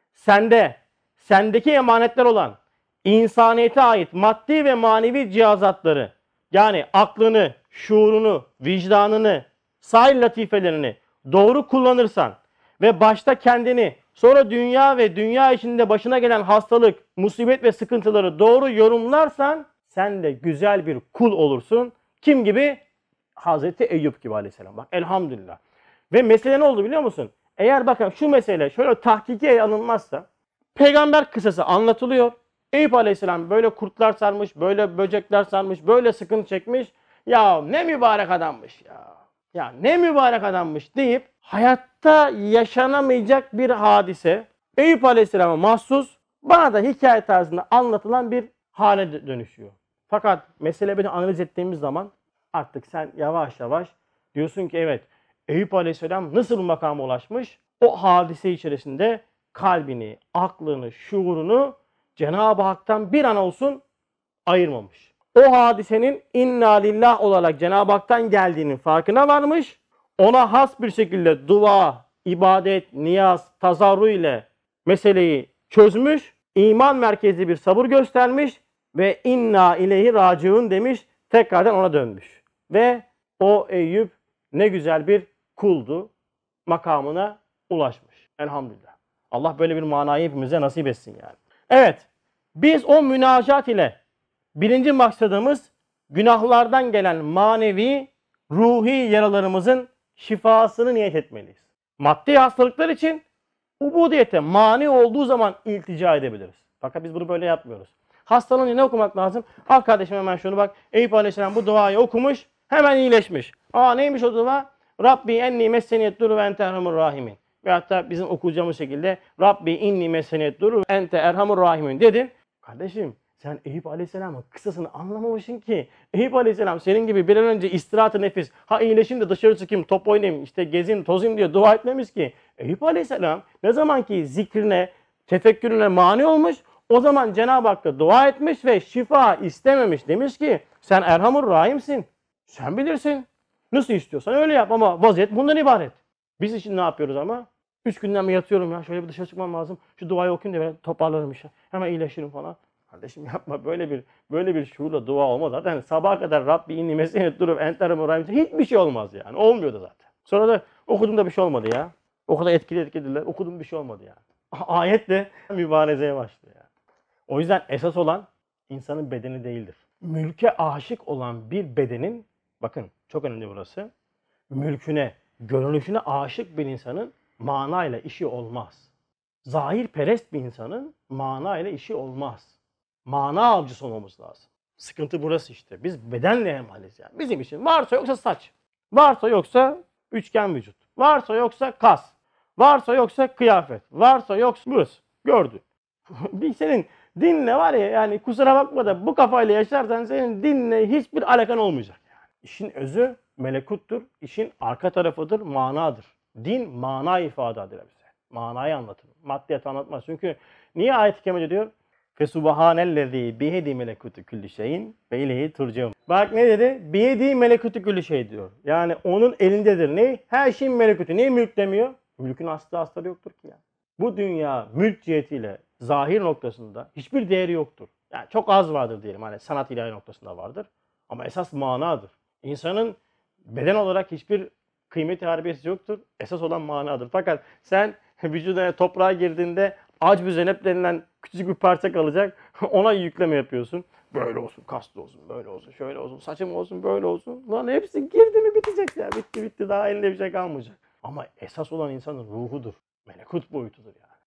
sendeki emanetler olan insaniyete ait maddi ve manevi cihazatları, yani aklını, şuurunu, vicdanını, sair latifelerini doğru kullanırsan ve başta kendini, sonra dünya ve dünya içinde başına gelen hastalık, musibet ve sıkıntıları doğru yorumlarsan sen de güzel bir kul olursun. Kim gibi? Hazreti Eyüp gibi aleyhisselam. Bak elhamdülillah. Ve mesele ne oldu biliyor musun? Eğer bakın şu mesele şöyle tahkiki alınmazsa, peygamber kıssası anlatılıyor. Eyüp aleyhisselam böyle kurtlar sarmış, böyle böcekler sarmış, böyle sıkıntı çekmiş. Ya ne mübarek adammış ya. Ya ne mübarek adammış deyip hayatta yaşanamayacak bir hadise Eyüp aleyhisselama mahsus, bana da hikaye tarzında anlatılan bir hale dönüşüyor. Fakat mesele beni analiz ettiğimiz zaman artık sen yavaş yavaş diyorsun ki evet, Eyüp aleyhisselam nasıl bu makama ulaşmış? O hadise içerisinde kalbini, aklını, şuurunu Cenab-ı Hak'tan bir an olsun ayırmamış. O hadisenin inna lillah olarak Cenab-ı Hak'tan geldiğinin farkına varmış. Ona has bir şekilde dua, ibadet, niyaz, tazarru ile meseleyi çözmüş. İman merkezli bir sabır göstermiş ve inna ileyhi raciun demiş. Tekrardan ona dönmüş. Ve o Eyüp ne güzel bir kuldu. Makamına ulaşmış. Elhamdülillah. Allah böyle bir manayı hepimize nasip etsin yani. Evet. Biz o münacat ile birinci maksadımız günahlardan gelen manevi, ruhi yaralarımızın şifasını niyet etmeliyiz. Maddi hastalıklar için ubudiyete mani olduğu zaman iltica edebiliriz. Fakat biz bunu böyle yapmıyoruz. Hastalığınca ne okumak lazım? Al kardeşim hemen şunu bak. Eyüp Aleyhisselam bu duayı okumuş. Hemen iyileşmiş. Neymiş o dua? Rabbi enni messeniyet duru ve ente erhamur rahimin. Ve hatta bizim okuyacağımız şekilde Rabbi inni messeniyet duru ve ente erhamur rahimin dedin. Kardeşim sen Eyüp Aleyhisselam'ın kıssasını anlamamışsın ki. Eyüp Aleyhisselam senin gibi bir an önce istirahat-ı nefis, ha iyileşeyim de dışarı çıkayım, top oynayayım, işte gezeyim, tozayım diye dua etmemiş ki. Eyüp Aleyhisselam ne zaman ki zikrine, tefekkürüne mani olmuş, o zaman Cenab-ı Hakk'a dua etmiş ve şifa istememiş. Demiş ki sen Erhamur Rahim'sin. Sen bilirsin. Nasıl istiyorsan öyle yap ama vaziyet bundan ibaret. Biz için ne yapıyoruz ama? 3 günden mi yatıyorum ya, şöyle bir dışarı çıkmam lazım. Şu duayı okuyayım da ben toparlarım işte. Hemen iyileşirim falan. Kardeşim yapma, böyle bir şuurla dua olmaz. Zaten sabaha kadar Rabbi inni mesnenet durup enterim rahim hiçbir şey olmaz yani. Olmuyordu zaten. Sonra da okudum da bir şey olmadı ya. O kadar etkilediler. Okudum bir şey olmadı yani. Ayet de mübarezeye başlıyor yani. O yüzden esas olan insanın bedeni değildir. Mülke aşık olan bir bedenin, bakın çok önemli burası, mülküne, görünüşüne aşık bir insanın manayla işi olmaz. Zahirperest bir insanın manayla işi olmaz. Mana avcısı olmamız lazım. Sıkıntı burası işte. Biz bedenle hemhaliz yani. Bizim için varsa yoksa saç, varsa yoksa üçgen vücut, varsa yoksa kas, varsa yoksa kıyafet, varsa yoksa burası. Gördün. Bir senin dinle var ya, yani kusura bakma da bu kafayla yaşarsan senin dinle hiçbir alakan olmayacak. Yani. İşin özü melekuttur. İşin arka tarafıdır, manadır. Din mana ifade eder bize. Manayı anlatır. Maddiyat anlatmaz. Çünkü niye ayet-i kerimede diyor? Fesubhanellezî biyedi melekutu külli şeyin ve ileyhi turcaun. Bak ne dedi? Biyedi melekutu külli şey diyor. Yani onun elindedir. Ne? Her şeyin melekutu. Niye mülk demiyor? Mülkün aslı astarı yoktur ki ya. Bu dünya mülk cihetiyle zahir noktasında hiçbir değeri yoktur. Yani çok az vardır diyelim. Hani sanat ilahi noktasında vardır. Ama esas manadır. İnsanın beden olarak hiçbir kıymeti harbiyesi yoktur. Esas olan manadır. Fakat sen vücuduna toprağa girdiğinde Acb-ı Zenep denilen küçücük bir parça kalacak. Ona yükleme yapıyorsun. Böyle olsun, kaslı olsun, böyle olsun, şöyle olsun, saçım olsun, böyle olsun. Lan hepsi girdi mi bitecek ya. Bitti. Daha elinde bir şey kalmayacak. Ama esas olan insanın ruhudur. Melekut boyutudur yani.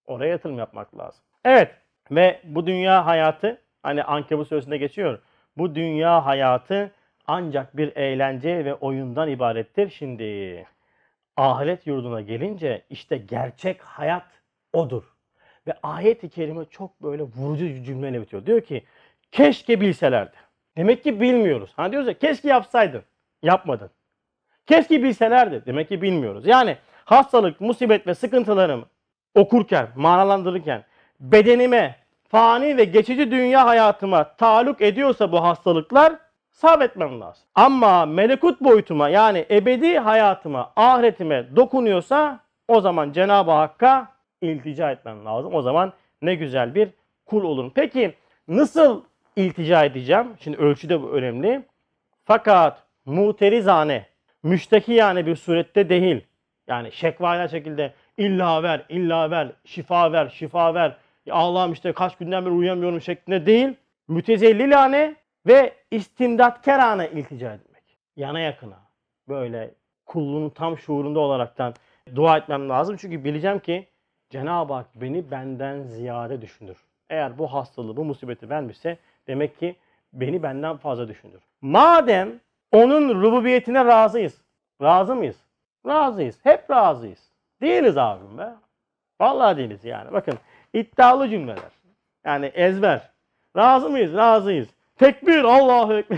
Oraya yatırım yapmak lazım. Evet ve bu dünya hayatı hani Ankebut suresinde geçiyor. Bu dünya hayatı ancak bir eğlence ve oyundan ibarettir. Şimdi ahiret yurduna gelince işte gerçek hayat odur. Ve ayet-i kerime çok böyle vurucu bir cümleyle bitiyor. Diyor ki keşke bilselerdi. Demek ki bilmiyoruz. Hani diyoruz ya keşke yapsaydın. Yapmadın. Keşke bilselerdi. Demek ki bilmiyoruz. Yani hastalık, musibet ve sıkıntılarımı okurken, manalandırırken bedenime, fani ve geçici dünya hayatıma taluk ediyorsa bu hastalıklar sabretmem lazım. Ama melekut boyutuma yani ebedi hayatıma, ahiretime dokunuyorsa o zaman Cenab-ı Hakk'a iltica etmem lazım. O zaman ne güzel bir kul olurum. Peki nasıl iltica edeceğim? Şimdi ölçü de önemli. Fakat muterizane, müştekiyane bir surette değil. Yani şekvayla şekilde illa ver, illa ver, şifa ver, şifa ver. Ya Allah'ım işte kaç günden beri uyuyamıyorum şeklinde değil. Mütezellilane ve istimdatkerane iltica etmek. Yana yakına. Böyle kulluğun tam şuurunda olaraktan dua etmem lazım. Çünkü bileceğim ki Cenab-ı Hak beni benden ziyade düşünür. Eğer bu hastalığı, bu musibeti vermişse demek ki beni benden fazla düşünür. Madem onun rububiyetine razıyız. Razı mıyız? Razıyız. Hep razıyız. Değiliz abim be. Vallahi değiliz yani. Bakın iddialı cümleler. Yani ezber. Razı mıyız? Razıyız. Tekbir. Allahu Ekber.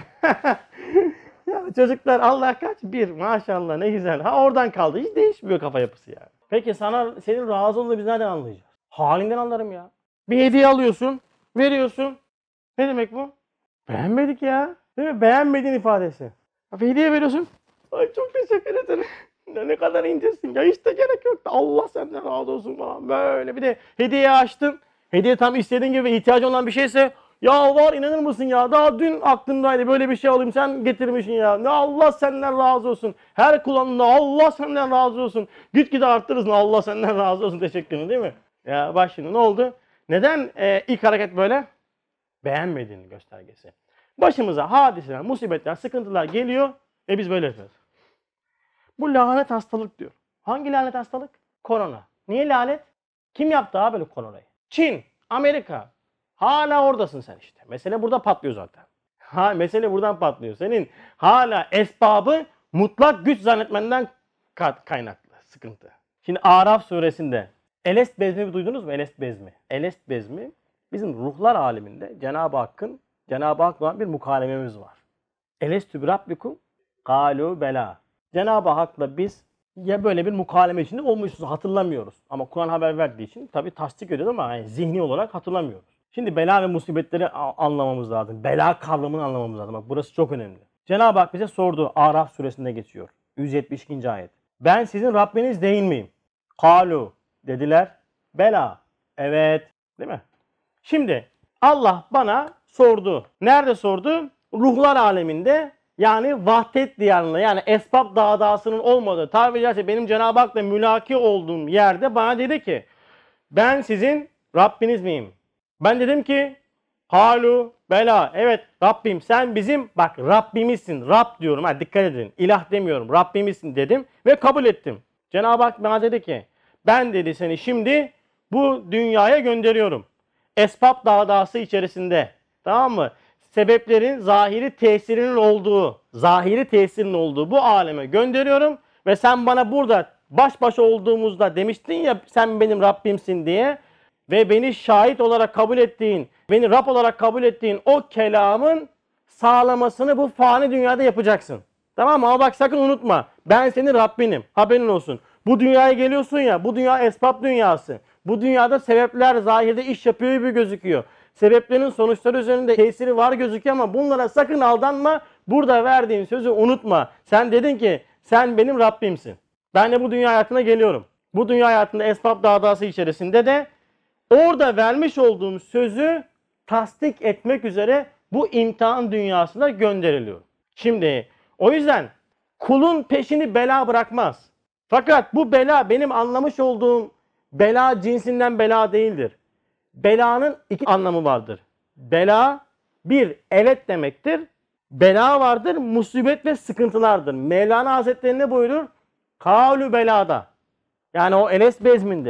Yani çocuklar Allah kaç? Bir. Maşallah ne güzel. Ha oradan kaldı. Hiç değişmiyor kafa yapısı yani. Peki senin razı olduğunu biz nereden anlayacağız? Halinden anlarım ya. Bir hediye alıyorsun. Veriyorsun. Ne demek bu? Beğenmedik ya. Değil mi? Beğenmediğin ifadesi. Bir hediye veriyorsun. Ay çok teşekkür ederim. Ne kadar incesin ya hiç de gerek yok. Allah senden razı olsun falan. Böyle bir de hediye açtın. Hediye tam istediğin gibi ihtiyacın olan bir şeyse ya var inanır mısın ya daha dün aklımdaydı böyle bir şey alayım sen getirmişsin ya. Ne Allah senden razı olsun. Her kullanımda Allah senden razı olsun. Gitgide arttırırsın Allah senden razı olsun teşekkürünü değil mi? Ya bak şimdi ne oldu? Neden ilk hareket böyle? Beğenmediğinin göstergesi. Başımıza hadiseler, musibetler, sıkıntılar geliyor ve biz böyle yapıyoruz. Bu lanet hastalık diyor. Hangi lanet hastalık? Korona. Niye lanet? Kim yaptı abi böyle koronayı? Çin, Amerika. Hala oradasın sen işte. Mesele burada patlıyor zaten. Mesele buradan patlıyor. Senin hala esbabı mutlak güç zannetmenden kaynaklı sıkıntı. Şimdi Araf suresinde Elest bezmi duydunuz mu? Elest bezmi. Elest bezmi bizim ruhlar aleminde Cenab-ı Hak'la olan bir mukalememiz var. Elestü bi rabbikum kalu bela. Cenab-ı Hak'la biz ya böyle bir mukaleme içinde olmuşuz hatırlamıyoruz. Ama Kur'an haber verdiği için tabi tasdik ediyoruz ama yani zihni olarak hatırlamıyoruz. Şimdi bela ve musibetleri anlamamız lazım. Bela kavramını anlamamız lazım. Bak burası çok önemli. Cenab-ı Hak bize sordu. Araf suresinde geçiyor. 172. ayet. Ben sizin Rabbiniz değil miyim? Kalu dediler. Bela. Evet. Değil mi? Şimdi Allah bana sordu. Nerede sordu? Ruhlar aleminde yani vahdet diyarında yani esbab dağdasının olmadığı tabiri caizse benim Cenab-ı Hak'la mülaki olduğum yerde bana dedi ki ben sizin Rabbiniz miyim? Ben dedim ki halu bela evet Rabbim sen bizim bak Rabbimizsin. Rab diyorum ha dikkat edin ilah demiyorum Rabbimizsin dedim ve kabul ettim. Cenab-ı Hak bana dedi ki ben dedi seni şimdi bu dünyaya gönderiyorum. Esbab dağdası içerisinde tamam mı? Sebeplerin zahiri tesirinin olduğu bu aleme gönderiyorum ve sen bana burada baş başa olduğumuzda demiştin ya sen benim Rabbimsin diye ve beni şahit olarak kabul ettiğin, beni Rab olarak kabul ettiğin o kelamın sağlamasını bu fani dünyada yapacaksın. Tamam mı? Ama bak sakın unutma. Ben senin Rabbinim. Haberin olsun. Bu dünyaya geliyorsun ya, bu dünya esbab dünyası. Bu dünyada sebepler zahirde iş yapıyor gibi gözüküyor. Sebeplerin sonuçları üzerinde tesiri var gözüküyor ama bunlara sakın aldanma. Burada verdiğin sözü unutma. Sen dedin ki sen benim Rabbimsin. Ben de bu dünya hayatına geliyorum. Bu dünya hayatında esbab dağdası içerisinde de orada vermiş olduğum sözü tasdik etmek üzere bu imtihan dünyasına gönderiliyor. Şimdi o yüzden kulun peşini bela bırakmaz. Fakat bu bela benim anlamış olduğum bela cinsinden bela değildir. Belanın iki anlamı vardır. Bela bir evet demektir. Bela vardır, musibet ve sıkıntılardır. Mevlana Hazretleri ne buyurur? Kavlu belada. Yani o Eles bezminde.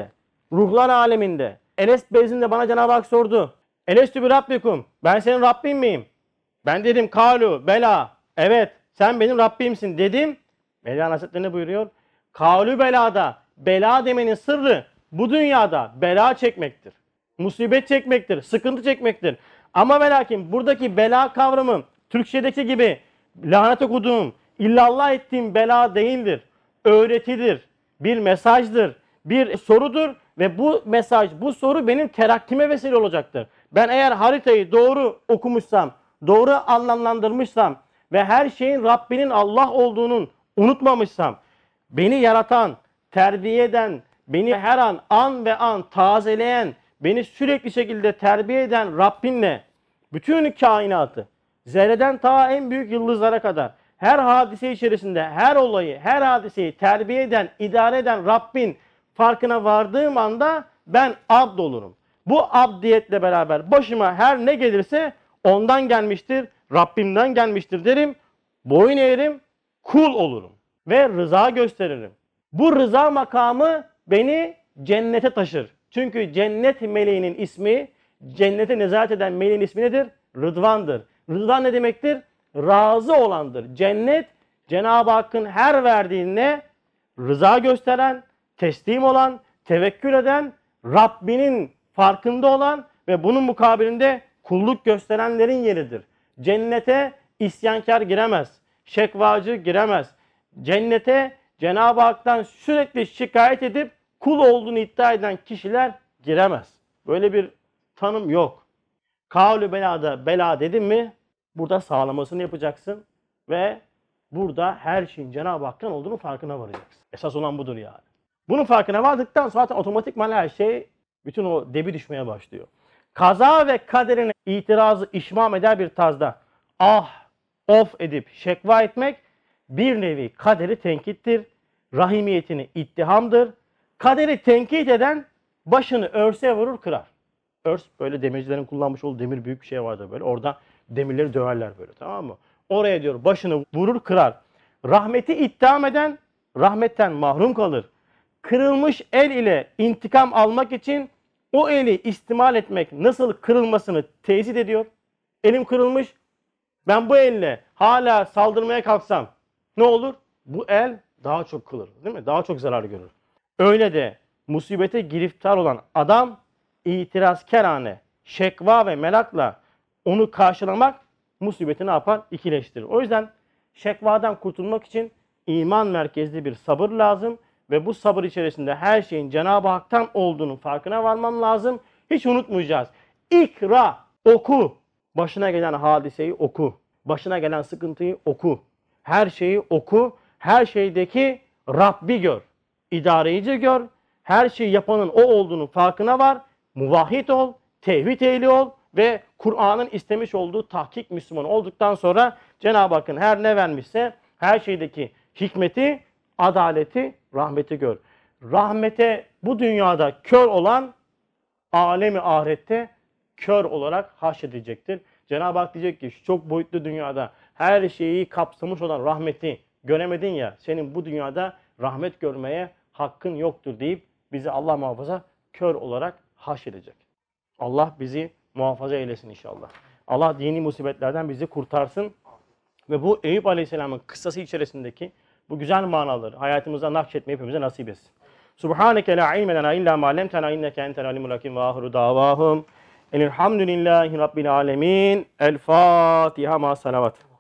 Ruhlar aleminde. Elest bezinde bana Cenab-ı Hak sordu. Elestü bi Rabbikum. Ben senin Rabbin miyim? Ben dedim kalu bela. Evet sen benim Rabbimsin dedim. Mevlana Hazretleri ne buyuruyor? Kalu belada. Bela demenin sırrı bu dünyada bela çekmektir. Musibet çekmektir. Sıkıntı çekmektir. Ama ve lakin buradaki bela kavramı Türkçedeki gibi lanet okuduğum, illallah ettiğim bela değildir. Öğretidir. Bir mesajdır. Bir sorudur ve bu mesaj, bu soru benim terakkime vesile olacaktır. Ben eğer haritayı doğru okumuşsam, doğru anlamlandırmışsam ve her şeyin Rabbinin Allah olduğunun unutmamışsam, beni yaratan, terbiye eden, beni her an ve an tazeleyen, beni sürekli şekilde terbiye eden Rabbinle bütün kainatı, zerreden ta en büyük yıldızlara kadar, her hadise içerisinde, her olayı, her hadiseyi terbiye eden, idare eden Rabbin farkına vardığım anda ben abd olurum. Bu abdiyetle beraber başıma her ne gelirse ondan gelmiştir, Rabbimden gelmiştir derim. Boyun eğerim, kul olurum ve rıza gösteririm. Bu rıza makamı beni cennete taşır. Çünkü cennet meleğinin ismi, cennete nezaret eden meleğin ismi nedir? Rıdvan'dır. Rıdvan ne demektir? Razı olandır. Cennet, Cenab-ı Hakk'ın her verdiğine rıza gösteren, teslim olan, tevekkül eden, Rabbinin farkında olan ve bunun mukabilinde kulluk gösterenlerin yeridir. Cennete isyankar giremez, şekvacı giremez. Cennete Cenab-ı Hak'tan sürekli şikayet edip kul olduğunu iddia eden kişiler giremez. Böyle bir tanım yok. Kavlu belada bela dedim mi burada sağlamasını yapacaksın ve burada her şeyin Cenab-ı Hak'tan olduğunu farkına varacaksın. Esas olan budur yani. Bunun farkına vardıktan sonra zaten otomatikman her şey bütün o debi düşmeye başlıyor. Kaza ve kaderine itirazı işmam eder bir tarzda ah, of edip şekva etmek bir nevi kaderi tenkittir. Rahimiyetini ittihamdır. Kaderi tenkit eden başını örse vurur kırar. Örs böyle demircilerin kullanmış olduğu demir büyük bir şey vardır böyle. Orada demirleri döverler böyle, tamam mı? Oraya diyor başını vurur kırar. Rahmeti ittiham eden rahmetten mahrum kalır. Kırılmış el ile intikam almak için o eli istimal etmek nasıl kırılmasını teyit ediyor. Elim kırılmış. Ben bu elle hala saldırmaya kalksam ne olur? Bu el daha çok kırılır, değil mi? Daha çok zarar görür. Öyle de musibete giriftar olan adam itirazkârane, şekva ve merakla onu karşılamak musibeti ne yapar? İkileştirir. O yüzden şekvadan kurtulmak için iman merkezli bir sabır lazım ve bu sabır içerisinde her şeyin Cenab-ı Hak'tan olduğunun farkına varmam lazım. Hiç unutmayacağız. İkra, oku. Başına gelen hadiseyi oku. Başına gelen sıkıntıyı oku. Her şeyi oku. Her şeydeki Rabbi gör. İdareyici gör. Her şeyi yapanın o olduğunu farkına var. Muvahhid ol. Tevhid ehli ol. Ve Kur'an'ın istemiş olduğu tahkik Müslüman olduktan sonra Cenab-ı Hakk'ın her ne vermişse her şeydeki hikmeti, adaleti, rahmeti gör. Rahmete bu dünyada kör olan alemi ahirette kör olarak haşredilecektir. Cenab-ı Hak diyecek ki şu çok boyutlu dünyada her şeyi kapsamış olan rahmeti göremedin ya, senin bu dünyada rahmet görmeye hakkın yoktur deyip bizi Allah muhafaza kör olarak haşredecek. Allah bizi muhafaza eylesin inşallah. Allah dini musibetlerden bizi kurtarsın ve bu Eyüp Aleyhisselam'ın kıssası içerisindeki bu güzel manaları hayatımıza nakşetmeyi hepimize nasip etsin. Subhaneke la ilme lena illa ma allamtena inneke entel alimul hakim ve ahiru davahum elhamdülillahi rabbil alemin. El Fatiha ma salavat.